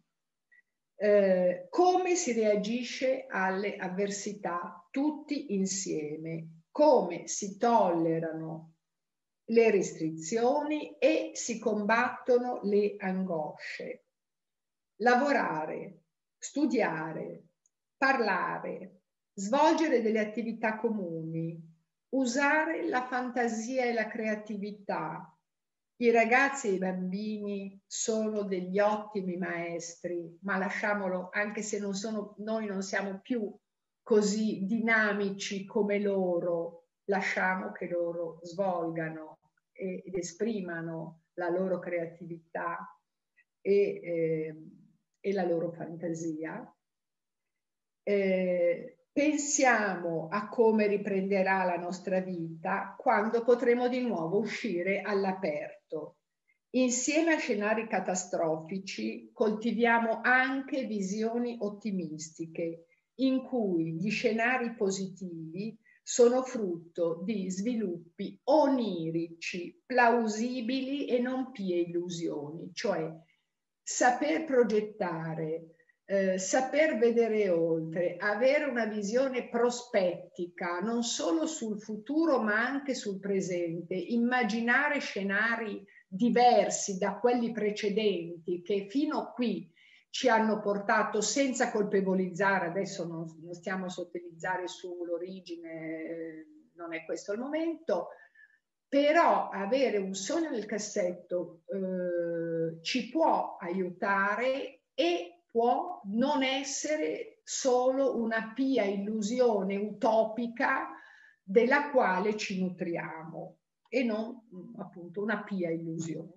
eh, come si reagisce alle avversità tutti insieme, come si tollerano le restrizioni e si combattono le angosce. Lavorare, studiare, parlare, svolgere delle attività comuni, usare la fantasia e la creatività. I ragazzi e i bambini sono degli ottimi maestri, ma lasciamolo, anche se non sono, noi non siamo più così dinamici come loro, lasciamo che loro svolgano ed esprimano la loro creatività e, eh, e la loro fantasia. Eh, pensiamo a come riprenderà la nostra vita quando potremo di nuovo uscire all'aperto. Insieme a scenari catastrofici coltiviamo anche visioni ottimistiche in cui gli scenari positivi sono frutto di sviluppi onirici, plausibili e non pie illusioni, cioè saper progettare, eh, saper vedere oltre, avere una visione prospettica non solo sul futuro ma anche sul presente, immaginare scenari diversi da quelli precedenti che fino a qui ci hanno portato, senza colpevolizzare, adesso non, non stiamo a sottilizzare sull'origine, eh, non è questo il momento, però avere un sogno nel cassetto eh, ci può aiutare e può non essere solo una pia illusione utopica della quale ci nutriamo e non appunto una pia illusione.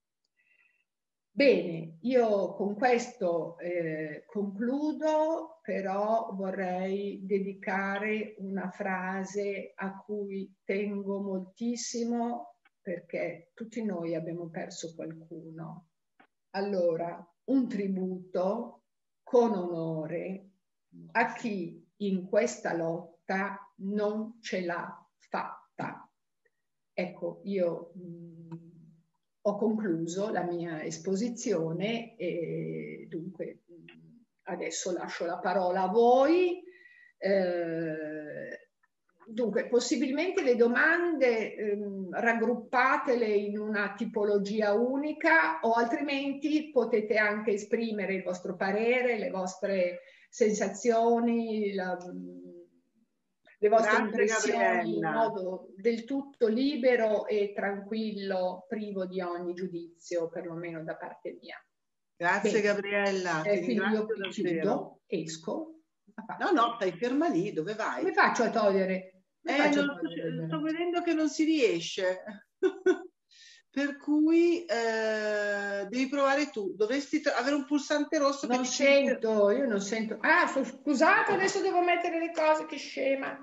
Bene, io con questo eh, concludo, però vorrei dedicare una frase a cui tengo moltissimo perché tutti noi abbiamo perso qualcuno. Allora, un tributo con onore a chi in questa lotta non ce l'ha fatta. Ecco, io mh, ho concluso la mia esposizione e dunque adesso lascio la parola a voi. Eh, dunque, possibilmente le domande ehm, raggruppatele in una tipologia unica o altrimenti potete anche esprimere il vostro parere, le vostre sensazioni, la, le vostre Grazie, impressioni in Gabriella. modo del tutto libero e tranquillo, privo di ogni giudizio, perlomeno da parte mia. Grazie, Bene. Gabriella, Eh, ti quindi io ringrazio chiudo, esco. No, no, stai ferma lì, dove vai? Come faccio a togliere? Come Eh, faccio non, a togliere sto vedendo che non si riesce. per cui eh, devi provare tu. Dovresti avere un pulsante rosso. Non che ti sento, sente... io non sento. Ah, scusate, adesso devo mettere le cose, che scema.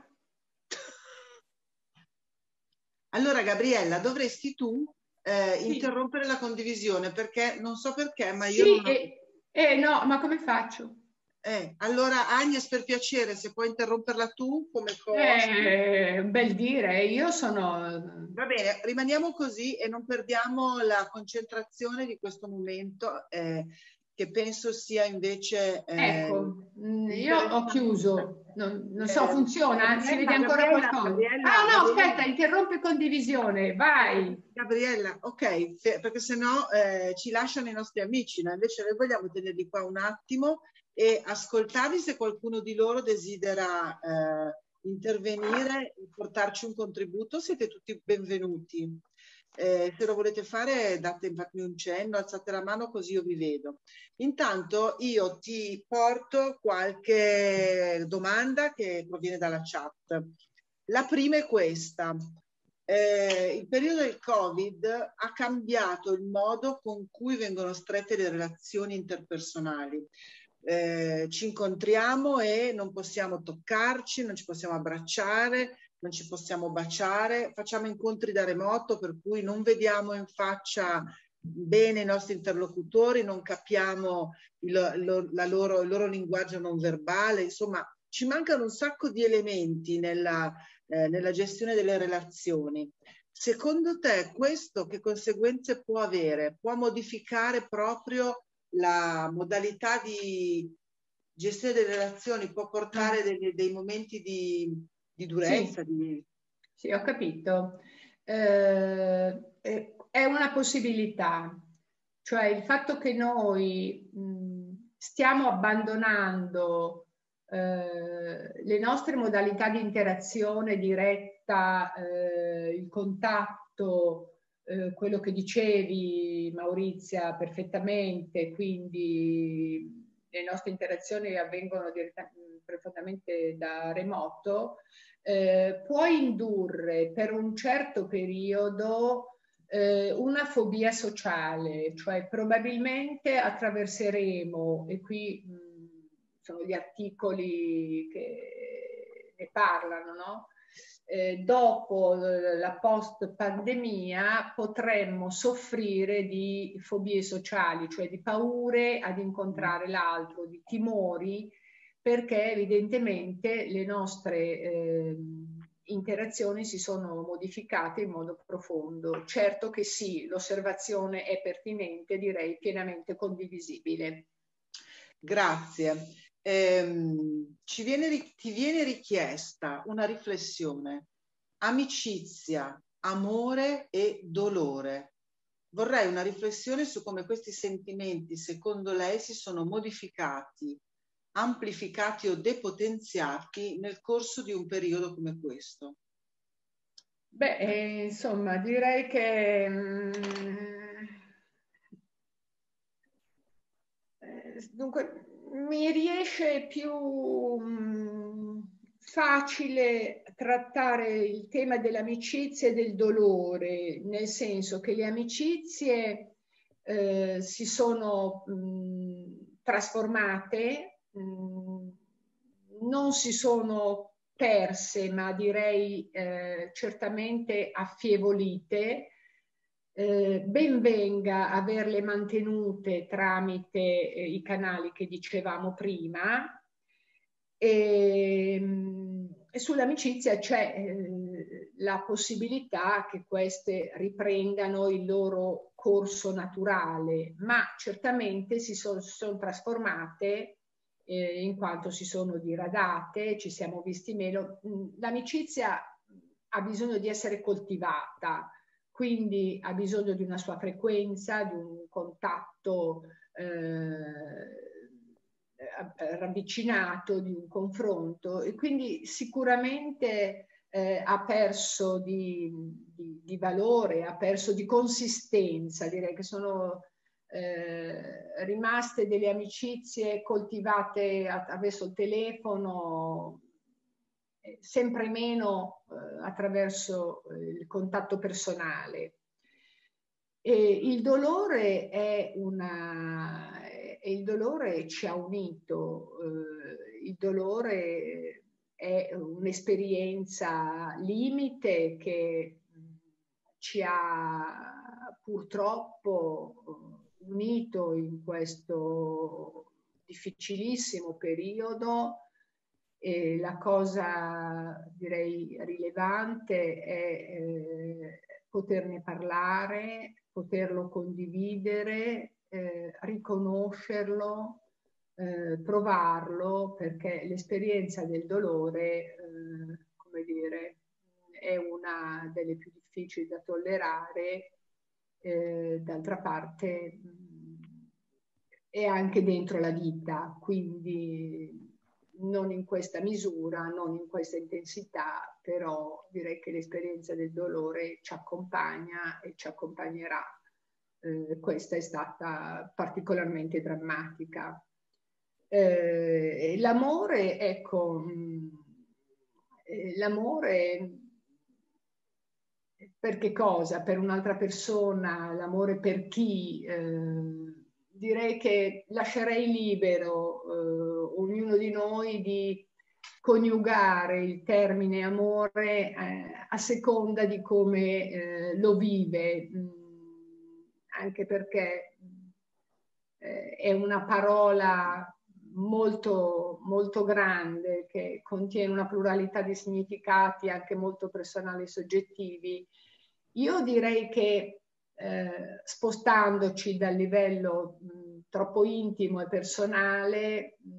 Allora, Gabriella, dovresti tu eh, Sì. interrompere la condivisione, perché non so perché, ma io Sì, non ho... eh, eh, no, ma come faccio? Eh, allora, Agnes, per piacere, se puoi interromperla tu come co-host. Eh, bel dire, io sono... Va bene, rimaniamo così e non perdiamo la concentrazione di questo momento, eh, che penso sia invece... Eh, Ecco, io ho chiuso, non, non so, Eh, funziona? Si vede Gabriella, ancora Gabriella, qualcosa? Gabriella, Ah no, Gabriella. aspetta, interrompe condivisione, vai! Gabriella, ok, perché sennò eh, ci lasciano i nostri amici, no? Invece noi vogliamo tenerli qua un attimo e ascoltarli se qualcuno di loro desidera eh, intervenire e portarci un contributo. Siete tutti benvenuti. Eh, se lo volete fare, date fatemi un cenno, alzate la mano così io vi vedo. Intanto io ti porto qualche domanda che proviene dalla chat. La prima è questa. Eh, il periodo del Covid ha cambiato il modo con cui vengono strette le relazioni interpersonali. Eh, ci incontriamo e non possiamo toccarci, non ci possiamo abbracciare, non ci possiamo baciare, facciamo incontri da remoto, per cui non vediamo in faccia bene i nostri interlocutori, non capiamo il, il, la loro, il loro linguaggio non verbale, insomma ci mancano un sacco di elementi nella, eh, nella gestione delle relazioni. Secondo te questo che conseguenze può avere? Può modificare proprio la modalità di gestione delle relazioni, può portare dei, dei momenti di, di durezza? Sì, di... sì, ho capito. Eh, è una possibilità, cioè il fatto che noi mh, stiamo abbandonando eh, le nostre modalità di interazione diretta, eh, il contatto, eh, quello che dicevi Maurizia perfettamente, quindi le nostre interazioni avvengono profondamente da remoto, eh, può indurre per un certo periodo eh, una fobia sociale, cioè probabilmente attraverseremo, e qui mh, sono gli articoli che ne parlano, no? Eh, dopo la post pandemia potremmo soffrire di fobie sociali, cioè di paure ad incontrare l'altro, di timori, perché evidentemente le nostre eh, interazioni si sono modificate in modo profondo. Certo che sì, l'osservazione è pertinente, direi pienamente condivisibile. Grazie. Ehm, ci viene, ti viene richiesta una riflessione. Amicizia, amore e dolore. Vorrei una riflessione su come questi sentimenti, secondo lei, si sono modificati, amplificati o depotenziati nel corso di un periodo come questo. Beh, eh, insomma, direi che mm, eh, dunque mi riesce più mm, facile trattare il tema dell'amicizia e del dolore, nel senso che le amicizie eh, si sono mh, trasformate, mh, non si sono perse, ma direi eh, certamente affievolite. Eh, ben venga averle mantenute tramite eh, i canali che dicevamo prima. E, e sull'amicizia c'è eh, la possibilità che queste riprendano il loro corso naturale, ma certamente si sono, sono trasformate eh, in quanto si sono diradate, ci siamo visti meno. L'amicizia ha bisogno di essere coltivata, quindi ha bisogno di una sua frequenza, di un contatto eh, ravvicinato, di un confronto, e quindi sicuramente eh, ha perso di, di, di valore, ha perso di consistenza. Direi che sono eh, rimaste delle amicizie coltivate attraverso il telefono, eh, sempre meno eh, attraverso eh, il contatto personale. E il dolore è una, e il dolore ci ha unito, eh, il dolore è un'esperienza limite che ci ha purtroppo unito in questo difficilissimo periodo. E la cosa, direi, rilevante è eh, poterne parlare, poterlo condividere, eh, riconoscerlo, eh, provarlo, perché l'esperienza del dolore, eh, come dire, è una delle più difficili da tollerare. Eh, d'altra parte mh, è anche dentro la vita, quindi non in questa misura, non in questa intensità, però direi che l'esperienza del dolore ci accompagna e ci accompagnerà. Eh, questa è stata particolarmente drammatica. Eh, l'amore, ecco, mh, l'amore per che cosa? Per un'altra persona, l'amore per chi? Eh, direi che lascerei libero eh, ognuno di noi di coniugare il termine amore eh, a seconda di come eh, lo vive, mh, anche perché eh, è una parola molto, molto grande che contiene una pluralità di significati anche molto personali e soggettivi. Io direi che eh, spostandoci dal livello mh, troppo intimo e personale, mh,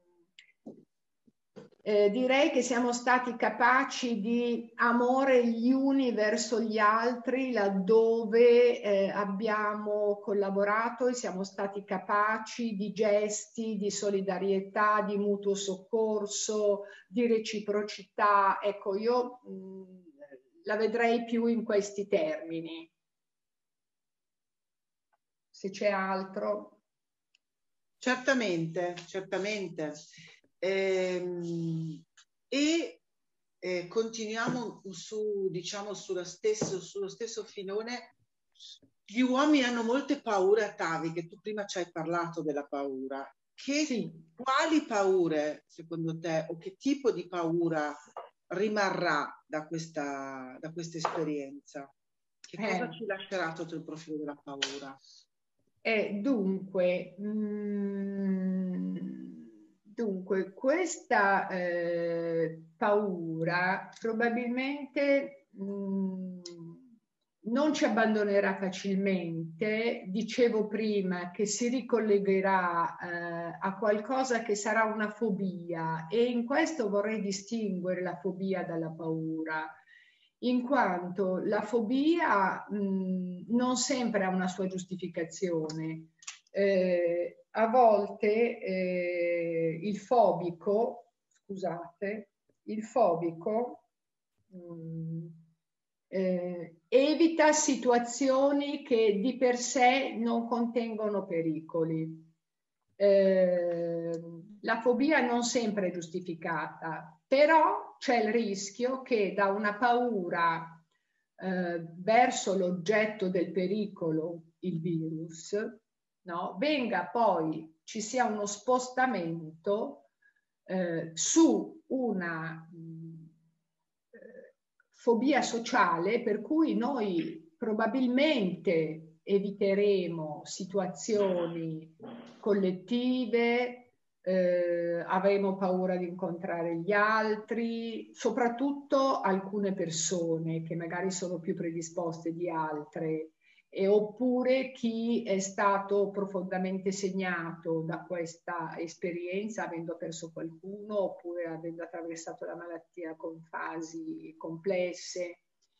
eh, direi che siamo stati capaci di amore gli uni verso gli altri laddove eh, abbiamo collaborato e siamo stati capaci di gesti di solidarietà, di mutuo soccorso, di reciprocità. Ecco, io mh, la vedrei più in questi termini. Se c'è altro. Certamente, certamente. Ehm, e eh, continuiamo su, diciamo, sullo stesso, sullo stesso filone. Gli uomini hanno molte paure ataviche, tu prima ci hai parlato della paura. Che, sì. Quali paure, secondo te, o che tipo di paura rimarrà da questa, da questa esperienza? Che eh. cosa ci lascerà sotto il profilo della paura? Eh, dunque, mh, dunque, questa eh, paura probabilmente mh, non ci abbandonerà facilmente. Dicevo prima che si ricollegherà eh, a qualcosa che sarà una fobia, e in questo vorrei distinguere la fobia dalla paura, in quanto la fobia mh, non sempre ha una sua giustificazione. Eh, a volte eh, il fobico, scusate, il fobico mh, eh, evita situazioni che di per sé non contengono pericoli. Eh, la fobia non sempre è giustificata, però c'è il rischio che da una paura eh, verso l'oggetto del pericolo, il virus, no, venga poi, ci sia uno spostamento eh, su una mh, eh, fobia sociale, per cui noi probabilmente eviteremo situazioni collettive, eh, avremo paura di incontrare gli altri, soprattutto alcune persone che magari sono più predisposte di altre, e oppure chi è stato profondamente segnato da questa esperienza, avendo perso qualcuno oppure avendo attraversato la malattia con fasi complesse.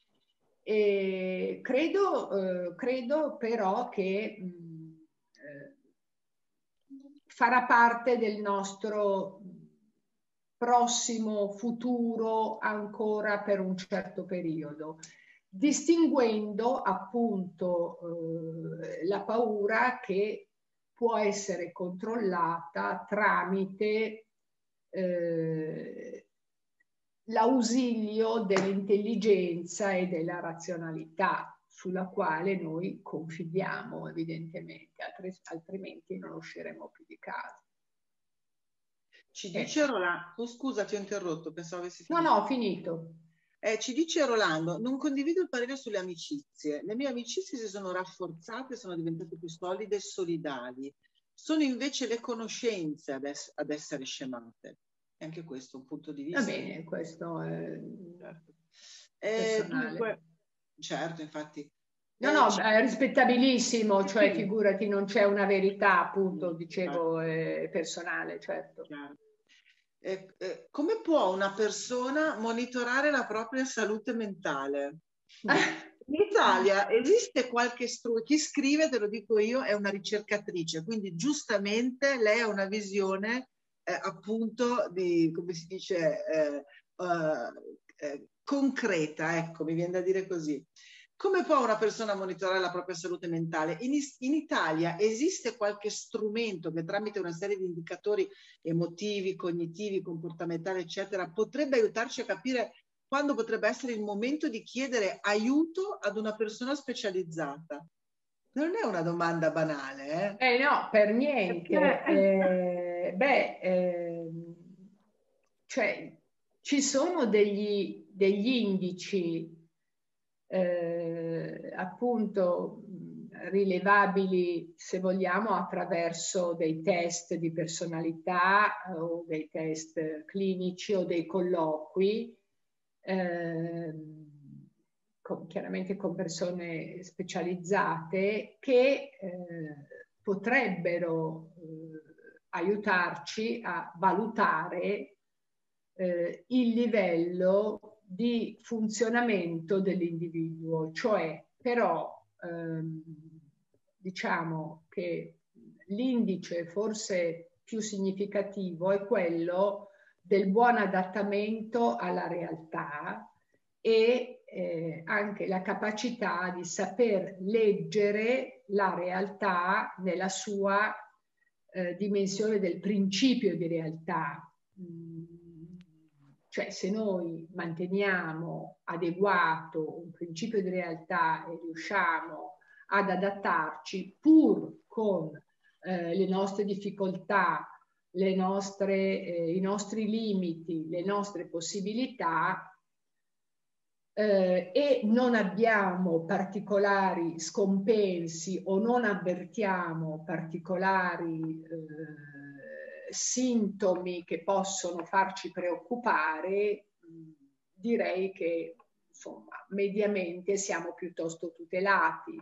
E credo, eh, credo però che mh, eh, farà parte del nostro prossimo futuro ancora per un certo periodo, distinguendo appunto eh, la paura che può essere controllata tramite eh, l'ausilio dell'intelligenza e della razionalità. sulla quale noi confidiamo evidentemente, altrimenti non usciremo più di casa. Ci dice ecco. Rolando, oh, scusa ti ho interrotto, pensavo avessi finito. No, no, ho finito. Eh, ci dice Rolando, non condivido il parere sulle amicizie. Le mie amicizie si sono rafforzate, sono diventate più solide e solidali. Sono invece le conoscenze ad, es ad essere scemate. E anche questo è un punto di vista. Va bene, questo è eh, dunque, certo, infatti. No, eh, no, è rispettabilissimo, cioè sì. figurati, non c'è una verità, appunto, dicevo, eh, personale, certo. Chiaro. Eh, eh, come può una persona monitorare la propria salute mentale? In Italia esiste qualche strumento, chi scrive, te lo dico io, è una ricercatrice, quindi giustamente lei ha una visione eh, appunto di, come si dice, eh, uh, eh, concreta, ecco, mi viene da dire così. Come può una persona monitorare la propria salute mentale? In, in Italia esiste qualche strumento che tramite una serie di indicatori emotivi, cognitivi, comportamentali, eccetera, potrebbe aiutarci a capire quando potrebbe essere il momento di chiedere aiuto ad una persona specializzata? Non è una domanda banale, eh? Eh no, per niente. Eh, beh, eh, cioè, ci sono degli, degli indici Eh, appunto rilevabili, se vogliamo, attraverso dei test di personalità o dei test clinici o dei colloqui, eh, con, chiaramente con persone specializzate che eh, potrebbero eh, aiutarci a valutare eh, il livello di funzionamento dell'individuo, cioè però ehm, diciamo che l'indice forse più significativo è quello del buon adattamento alla realtà e eh, anche la capacità di saper leggere la realtà nella sua eh, dimensione del principio di realtà. Cioè, se noi manteniamo adeguato un principio di realtà e riusciamo ad adattarci pur con eh, le nostre difficoltà, le nostre, eh, i nostri limiti, le nostre possibilità, eh, e non abbiamo particolari scompensi o non avvertiamo particolari eh, sintomi che possono farci preoccupare, direi che insomma mediamente siamo piuttosto tutelati.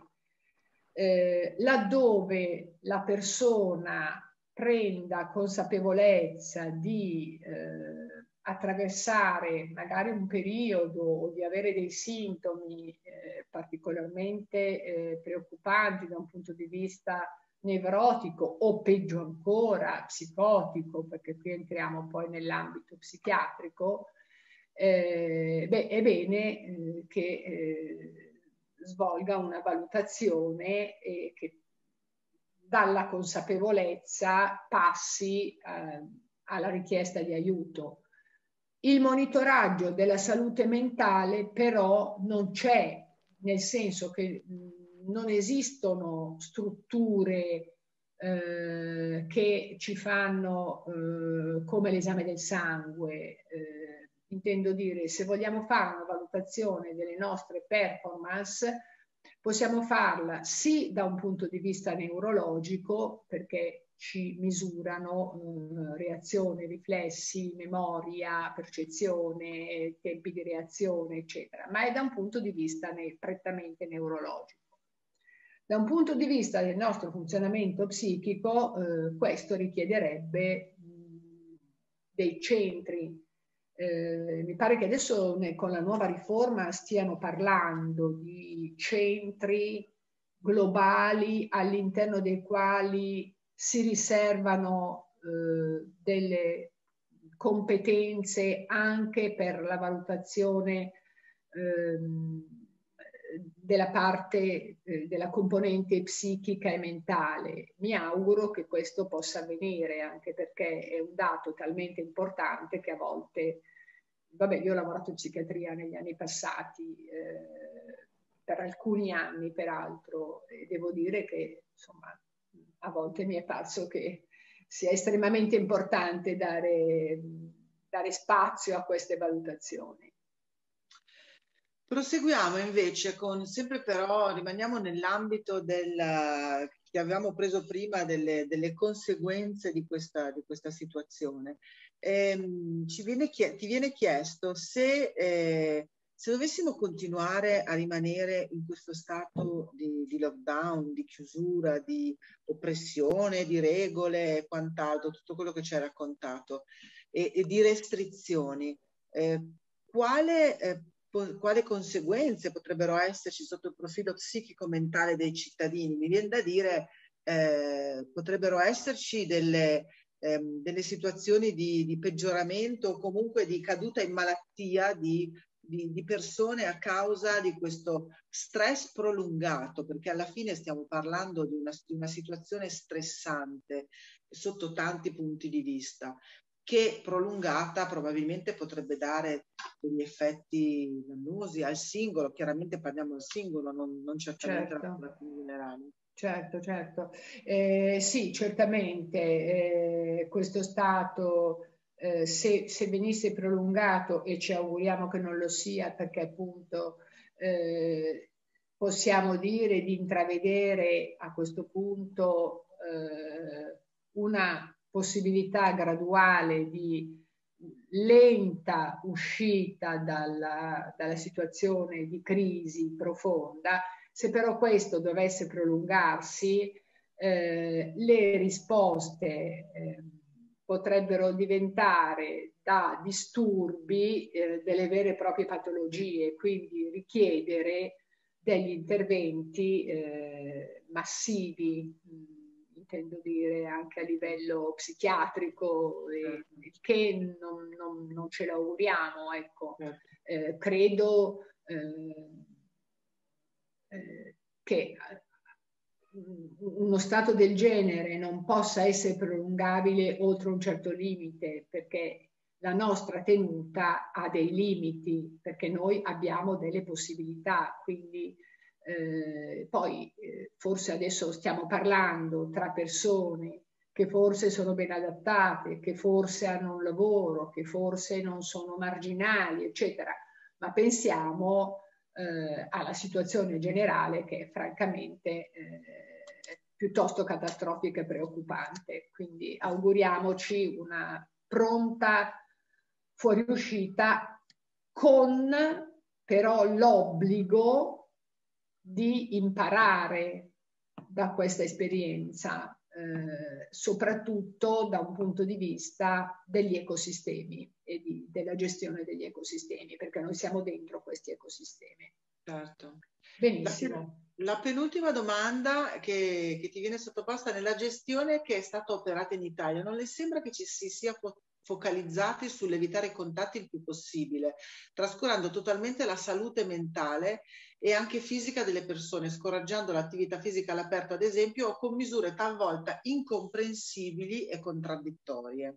Eh, laddove la persona prenda consapevolezza di eh, attraversare magari un periodo o di avere dei sintomi eh, particolarmente eh, preoccupanti da un punto di vista nevrotico o peggio ancora psicotico, perché qui entriamo poi nell'ambito psichiatrico, eh, beh, è bene eh, che eh, svolga una valutazione e che dalla consapevolezza passi eh, alla richiesta di aiuto. Il monitoraggio della salute mentale però non c'è, nel senso che mh, non esistono strutture eh, che ci fanno eh, come l'esame del sangue. Eh, intendo dire, se vogliamo fare una valutazione delle nostre performance, possiamo farla sì da un punto di vista neurologico, perché ci misurano eh, reazioni, riflessi, memoria, percezione, tempi di reazione, eccetera, ma è da un punto di vista ne prettamente neurologico. Da un punto di vista del nostro funzionamento psichico, eh, questo richiederebbe mh, dei centri. Eh, mi pare che adesso ne, con la nuova riforma stiano parlando di centri globali all'interno dei quali si riservano eh, delle competenze anche per la valutazione ehm, della parte eh, della componente psichica e mentale. Mi auguro che questo possa avvenire, anche perché è un dato talmente importante che a volte, vabbè, io ho lavorato in psichiatria negli anni passati, eh, per alcuni anni peraltro, e devo dire che insomma a volte mi è parso che sia estremamente importante dare, dare spazio a queste valutazioni. Proseguiamo invece con, sempre però, rimaniamo nell'ambito del che avevamo preso prima delle, delle conseguenze di questa, di questa situazione. Ehm, ci viene, ti viene chiesto se, eh, se dovessimo continuare a rimanere in questo stato di, di lockdown, di chiusura, di oppressione, di regole e quant'altro, tutto quello che ci hai raccontato, e, e di restrizioni, eh, quale... Eh, quali conseguenze potrebbero esserci sotto il profilo psichico-mentale dei cittadini? Mi viene da dire eh, potrebbero esserci delle, ehm, delle situazioni di, di peggioramento o comunque di caduta in malattia di, di, di persone a causa di questo stress prolungato, perché alla fine stiamo parlando di una, di una situazione stressante sotto tanti punti di vista, che prolungata probabilmente potrebbe dare degli effetti dannosi al singolo. Chiaramente parliamo del singolo, non, non certamente certo. la popolazione generale. Certo, certo. Eh, sì, certamente eh, questo stato, eh, se, se venisse prolungato, e ci auguriamo che non lo sia, perché appunto eh, possiamo dire di intravedere a questo punto eh, una possibilità graduale di lenta uscita dalla, dalla situazione di crisi profonda. Se però questo dovesse prolungarsi, eh, le risposte eh, potrebbero diventare da disturbi eh, delle vere e proprie patologie, quindi richiedere degli interventi eh, massivi, mh, intendo dire anche a livello psichiatrico, e, che non, non, non ce l'auguriamo, ecco. Eh, credo eh, eh, che uno stato del genere non possa essere prolungabile oltre un certo limite, perché la nostra tenuta ha dei limiti, perché noi abbiamo delle possibilità, quindi eh, poi eh, forse adesso stiamo parlando tra persone che forse sono ben adattate, che forse hanno un lavoro, che forse non sono marginali, eccetera, ma pensiamo eh, alla situazione generale, che è francamente eh, piuttosto catastrofica e preoccupante. Quindi auguriamoci una pronta fuoriuscita, con però l'obbligo di imparare da questa esperienza, eh, soprattutto da un punto di vista degli ecosistemi e di, della gestione degli ecosistemi, perché noi siamo dentro questi ecosistemi. Certo. Benissimo. La, la penultima domanda che, che ti viene sottoposta: nella gestione che è stata operata in Italia, non le sembra che ci si sia focalizzati sull'evitare i contatti il più possibile, trascurando totalmente la salute mentale e anche fisica delle persone, scoraggiando l'attività fisica all'aperto, ad esempio, o con misure talvolta incomprensibili e contraddittorie?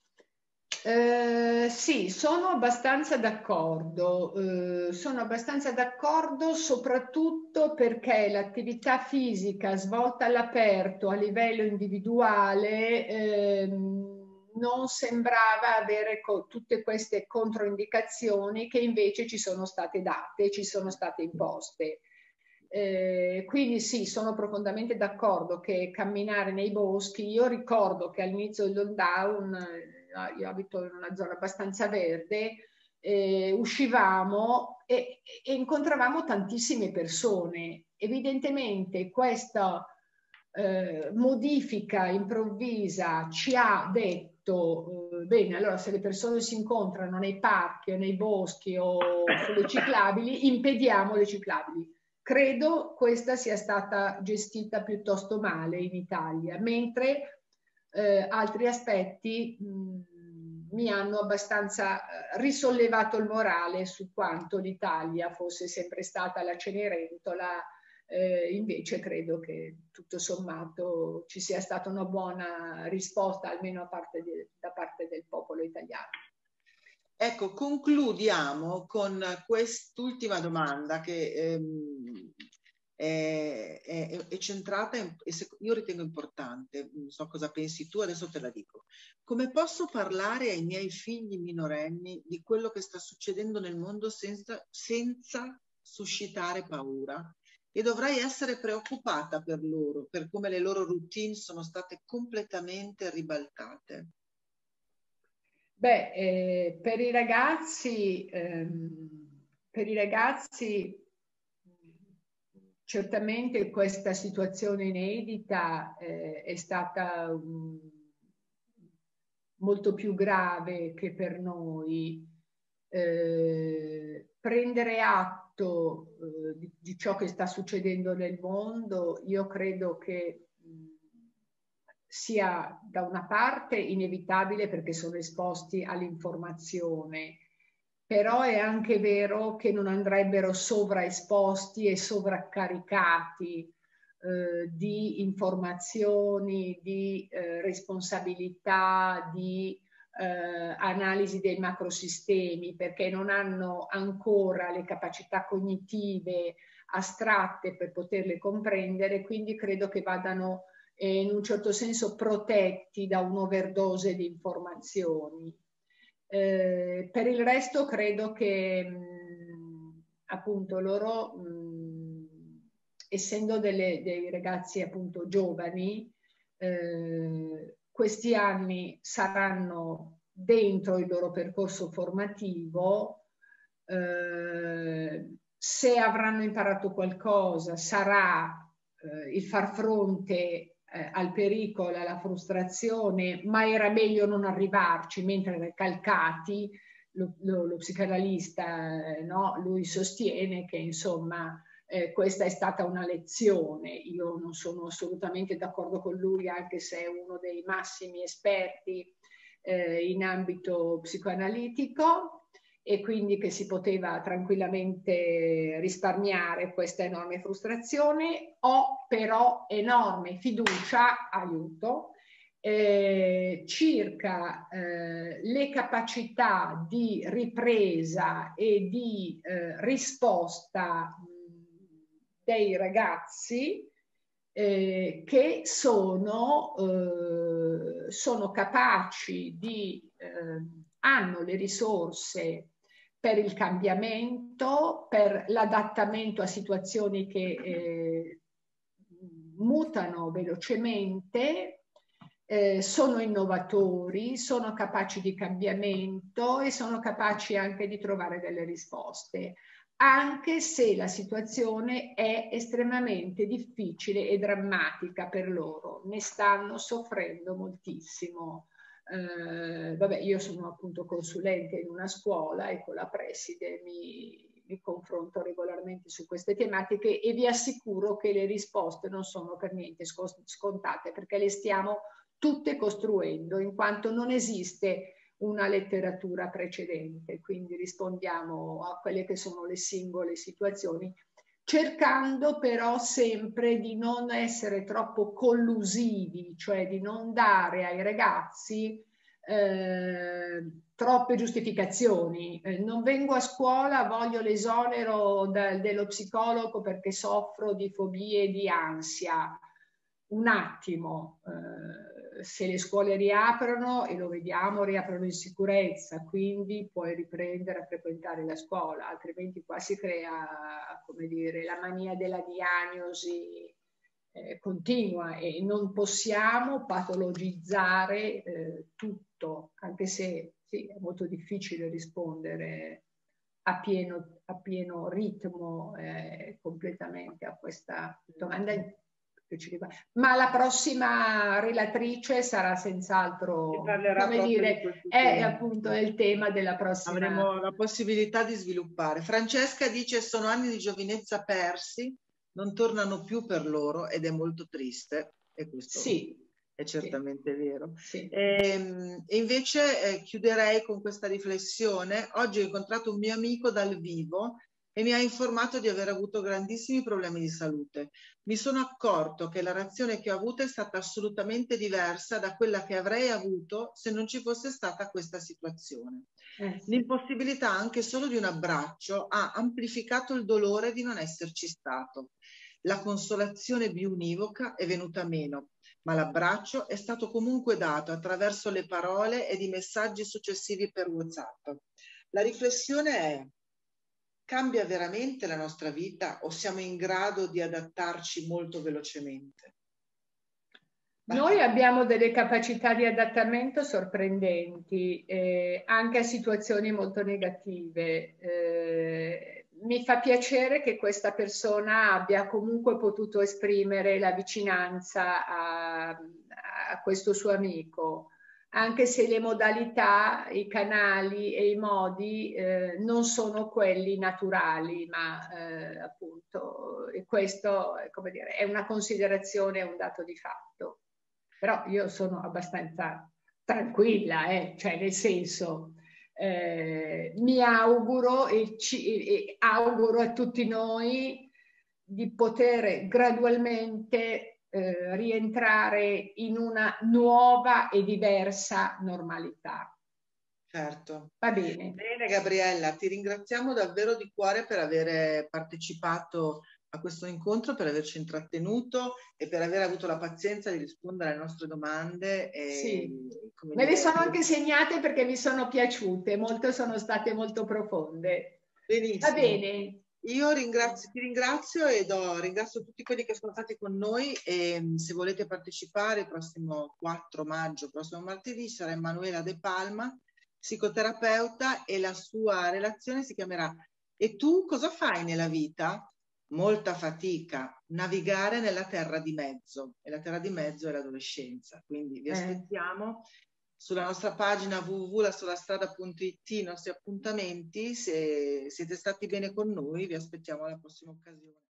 Eh, sì, sono abbastanza d'accordo, eh, sono abbastanza d'accordo soprattutto perché l'attività fisica svolta all'aperto a livello individuale ehm, non sembrava avere tutte queste controindicazioni che invece ci sono state date, ci sono state imposte. Eh, quindi sì, sono profondamente d'accordo che camminare nei boschi, io ricordo che all'inizio del lockdown, eh, io abito in una zona abbastanza verde, eh, uscivamo e, e incontravamo tantissime persone. Evidentemente questa eh, modifica improvvisa ci ha detto, eh, bene, allora se le persone si incontrano nei parchi o nei boschi o sulle ciclabili, impediamo le ciclabili. Credo questa sia stata gestita piuttosto male in Italia, mentre eh, altri aspetti mh, mi hanno abbastanza risollevato il morale su quanto l'Italia fosse sempre stata la Cenerentola. Eh, invece credo che tutto sommato ci sia stata una buona risposta, almeno a parte de, da parte del popolo italiano. Ecco, concludiamo con quest'ultima domanda che ehm, è, è, è centrata e io ritengo importante. Non so cosa pensi tu, adesso te la dico. Come posso parlare ai miei figli minorenni di quello che sta succedendo nel mondo senza, senza suscitare paura? E dovrei essere preoccupata per loro, per come le loro routine sono state completamente ribaltate. Beh, eh, per i ragazzi, ehm, per i ragazzi certamente questa situazione inedita eh, è stata um, molto più grave che per noi. Eh, prendere atto eh, di, di ciò che sta succedendo nel mondo, io credo che sia da una parte inevitabile perché sono esposti all'informazione, però è anche vero che non andrebbero sovraesposti e sovraccaricati eh, di informazioni, di eh, responsabilità, di eh, analisi dei macrosistemi, perché non hanno ancora le capacità cognitive astratte per poterle comprendere, quindi credo che vadano in un certo senso protetti da un'overdose di informazioni. Eh, per il resto credo che mh, appunto loro, mh, essendo delle, dei ragazzi appunto giovani, eh, questi anni saranno dentro il loro percorso formativo, eh, se avranno imparato qualcosa sarà eh, il far fronte Eh, al pericolo, alla frustrazione, ma era meglio non arrivarci, mentre Recalcati, lo, lo, lo psicanalista, eh, no? Lui sostiene che insomma eh, questa è stata una lezione. Io non sono assolutamente d'accordo con lui, anche se è uno dei massimi esperti eh, in ambito psicoanalitico, e quindi che si poteva tranquillamente risparmiare questa enorme frustrazione. Ho però enorme fiducia, aiuto, eh, circa eh, le capacità di ripresa e di eh, risposta mh, dei ragazzi eh, che sono, eh, sono capaci di, eh, hanno le risorse per il cambiamento, per l'adattamento a situazioni che eh, mutano velocemente, eh, sono innovatori, sono capaci di cambiamento e sono capaci anche di trovare delle risposte, anche se la situazione è estremamente difficile e drammatica per loro, ne stanno soffrendo moltissimo. Eh, vabbè, io sono appunto consulente in una scuola e con la preside mi, mi confronto regolarmente su queste tematiche e vi assicuro che le risposte non sono per niente scontate, perché le stiamo tutte costruendo, in quanto non esiste una letteratura precedente, quindi rispondiamo a quelle che sono le singole situazioni, cercando però sempre di non essere troppo collusivi, cioè di non dare ai ragazzi eh, troppe giustificazioni. Eh, non vengo a scuola, voglio l'esonero da, dello psicologo perché soffro di fobie e di ansia. Un attimo, eh, se le scuole riaprono, e lo vediamo, riaprono in sicurezza, quindi puoi riprendere a frequentare la scuola, altrimenti qua si crea, come dire, la mania della diagnosi eh, continua e non possiamo patologizzare eh, tutto, anche se sì, è molto difficile rispondere a pieno, a pieno ritmo eh, completamente a questa domanda. Ma la prossima relatrice sarà senz'altro, come dire, è tema. Appunto il tema della prossima. Avremo la possibilità di sviluppare. Francesca dice: sono anni di giovinezza persi, non tornano più per loro ed è molto triste, e questo sì, è certamente sì. vero. Sì. E, e invece eh, chiuderei con questa riflessione. Oggi ho incontrato un mio amico dal vivo e mi ha informato di aver avuto grandissimi problemi di salute. Mi sono accorto che la reazione che ho avuto è stata assolutamente diversa da quella che avrei avuto se non ci fosse stata questa situazione. Eh, sì. L'impossibilità anche solo di un abbraccio ha amplificato il dolore di non esserci stato. La consolazione biunivoca è venuta meno, ma l'abbraccio è stato comunque dato attraverso le parole ed i messaggi successivi per WhatsApp. La riflessione è: cambia veramente la nostra vita o siamo in grado di adattarci molto velocemente? Noi abbiamo delle capacità di adattamento sorprendenti, eh, anche a situazioni molto negative. Eh, mi fa piacere che questa persona abbia comunque potuto esprimere la vicinanza a, a questo suo amico, anche se le modalità, i canali e i modi eh, non sono quelli naturali, ma eh, appunto questo, come dire, è una considerazione, è un dato di fatto. Però io sono abbastanza tranquilla, eh? Cioè nel senso, eh, mi auguro e, ci, e auguro a tutti noi di poter gradualmente eh, rientrare in una nuova e diversa normalità. Certo. Va bene. Bene Gabriella, ti ringraziamo davvero di cuore per aver partecipato a questo incontro, per averci intrattenuto e per aver avuto la pazienza di rispondere alle nostre domande. E, sì, come me dire, le sono anche segnate perché mi sono piaciute, molto, sono state molto profonde. Benissimo. Va bene. Io ringrazio, ti ringrazio e do, ringrazio tutti quelli che sono stati con noi e se volete partecipare il prossimo quattro maggio, prossimo martedì, sarà Emanuela De Palma, psicoterapeuta, e la sua relazione si chiamerà "E tu cosa fai nella vita?" Molta fatica, navigare nella terra di mezzo, e la terra di mezzo è l'adolescenza, quindi vi aspettiamo eh. sulla nostra pagina w w w punto la sola strada punto i t, i nostri appuntamenti. Se siete stati bene con noi, vi aspettiamo alla prossima occasione.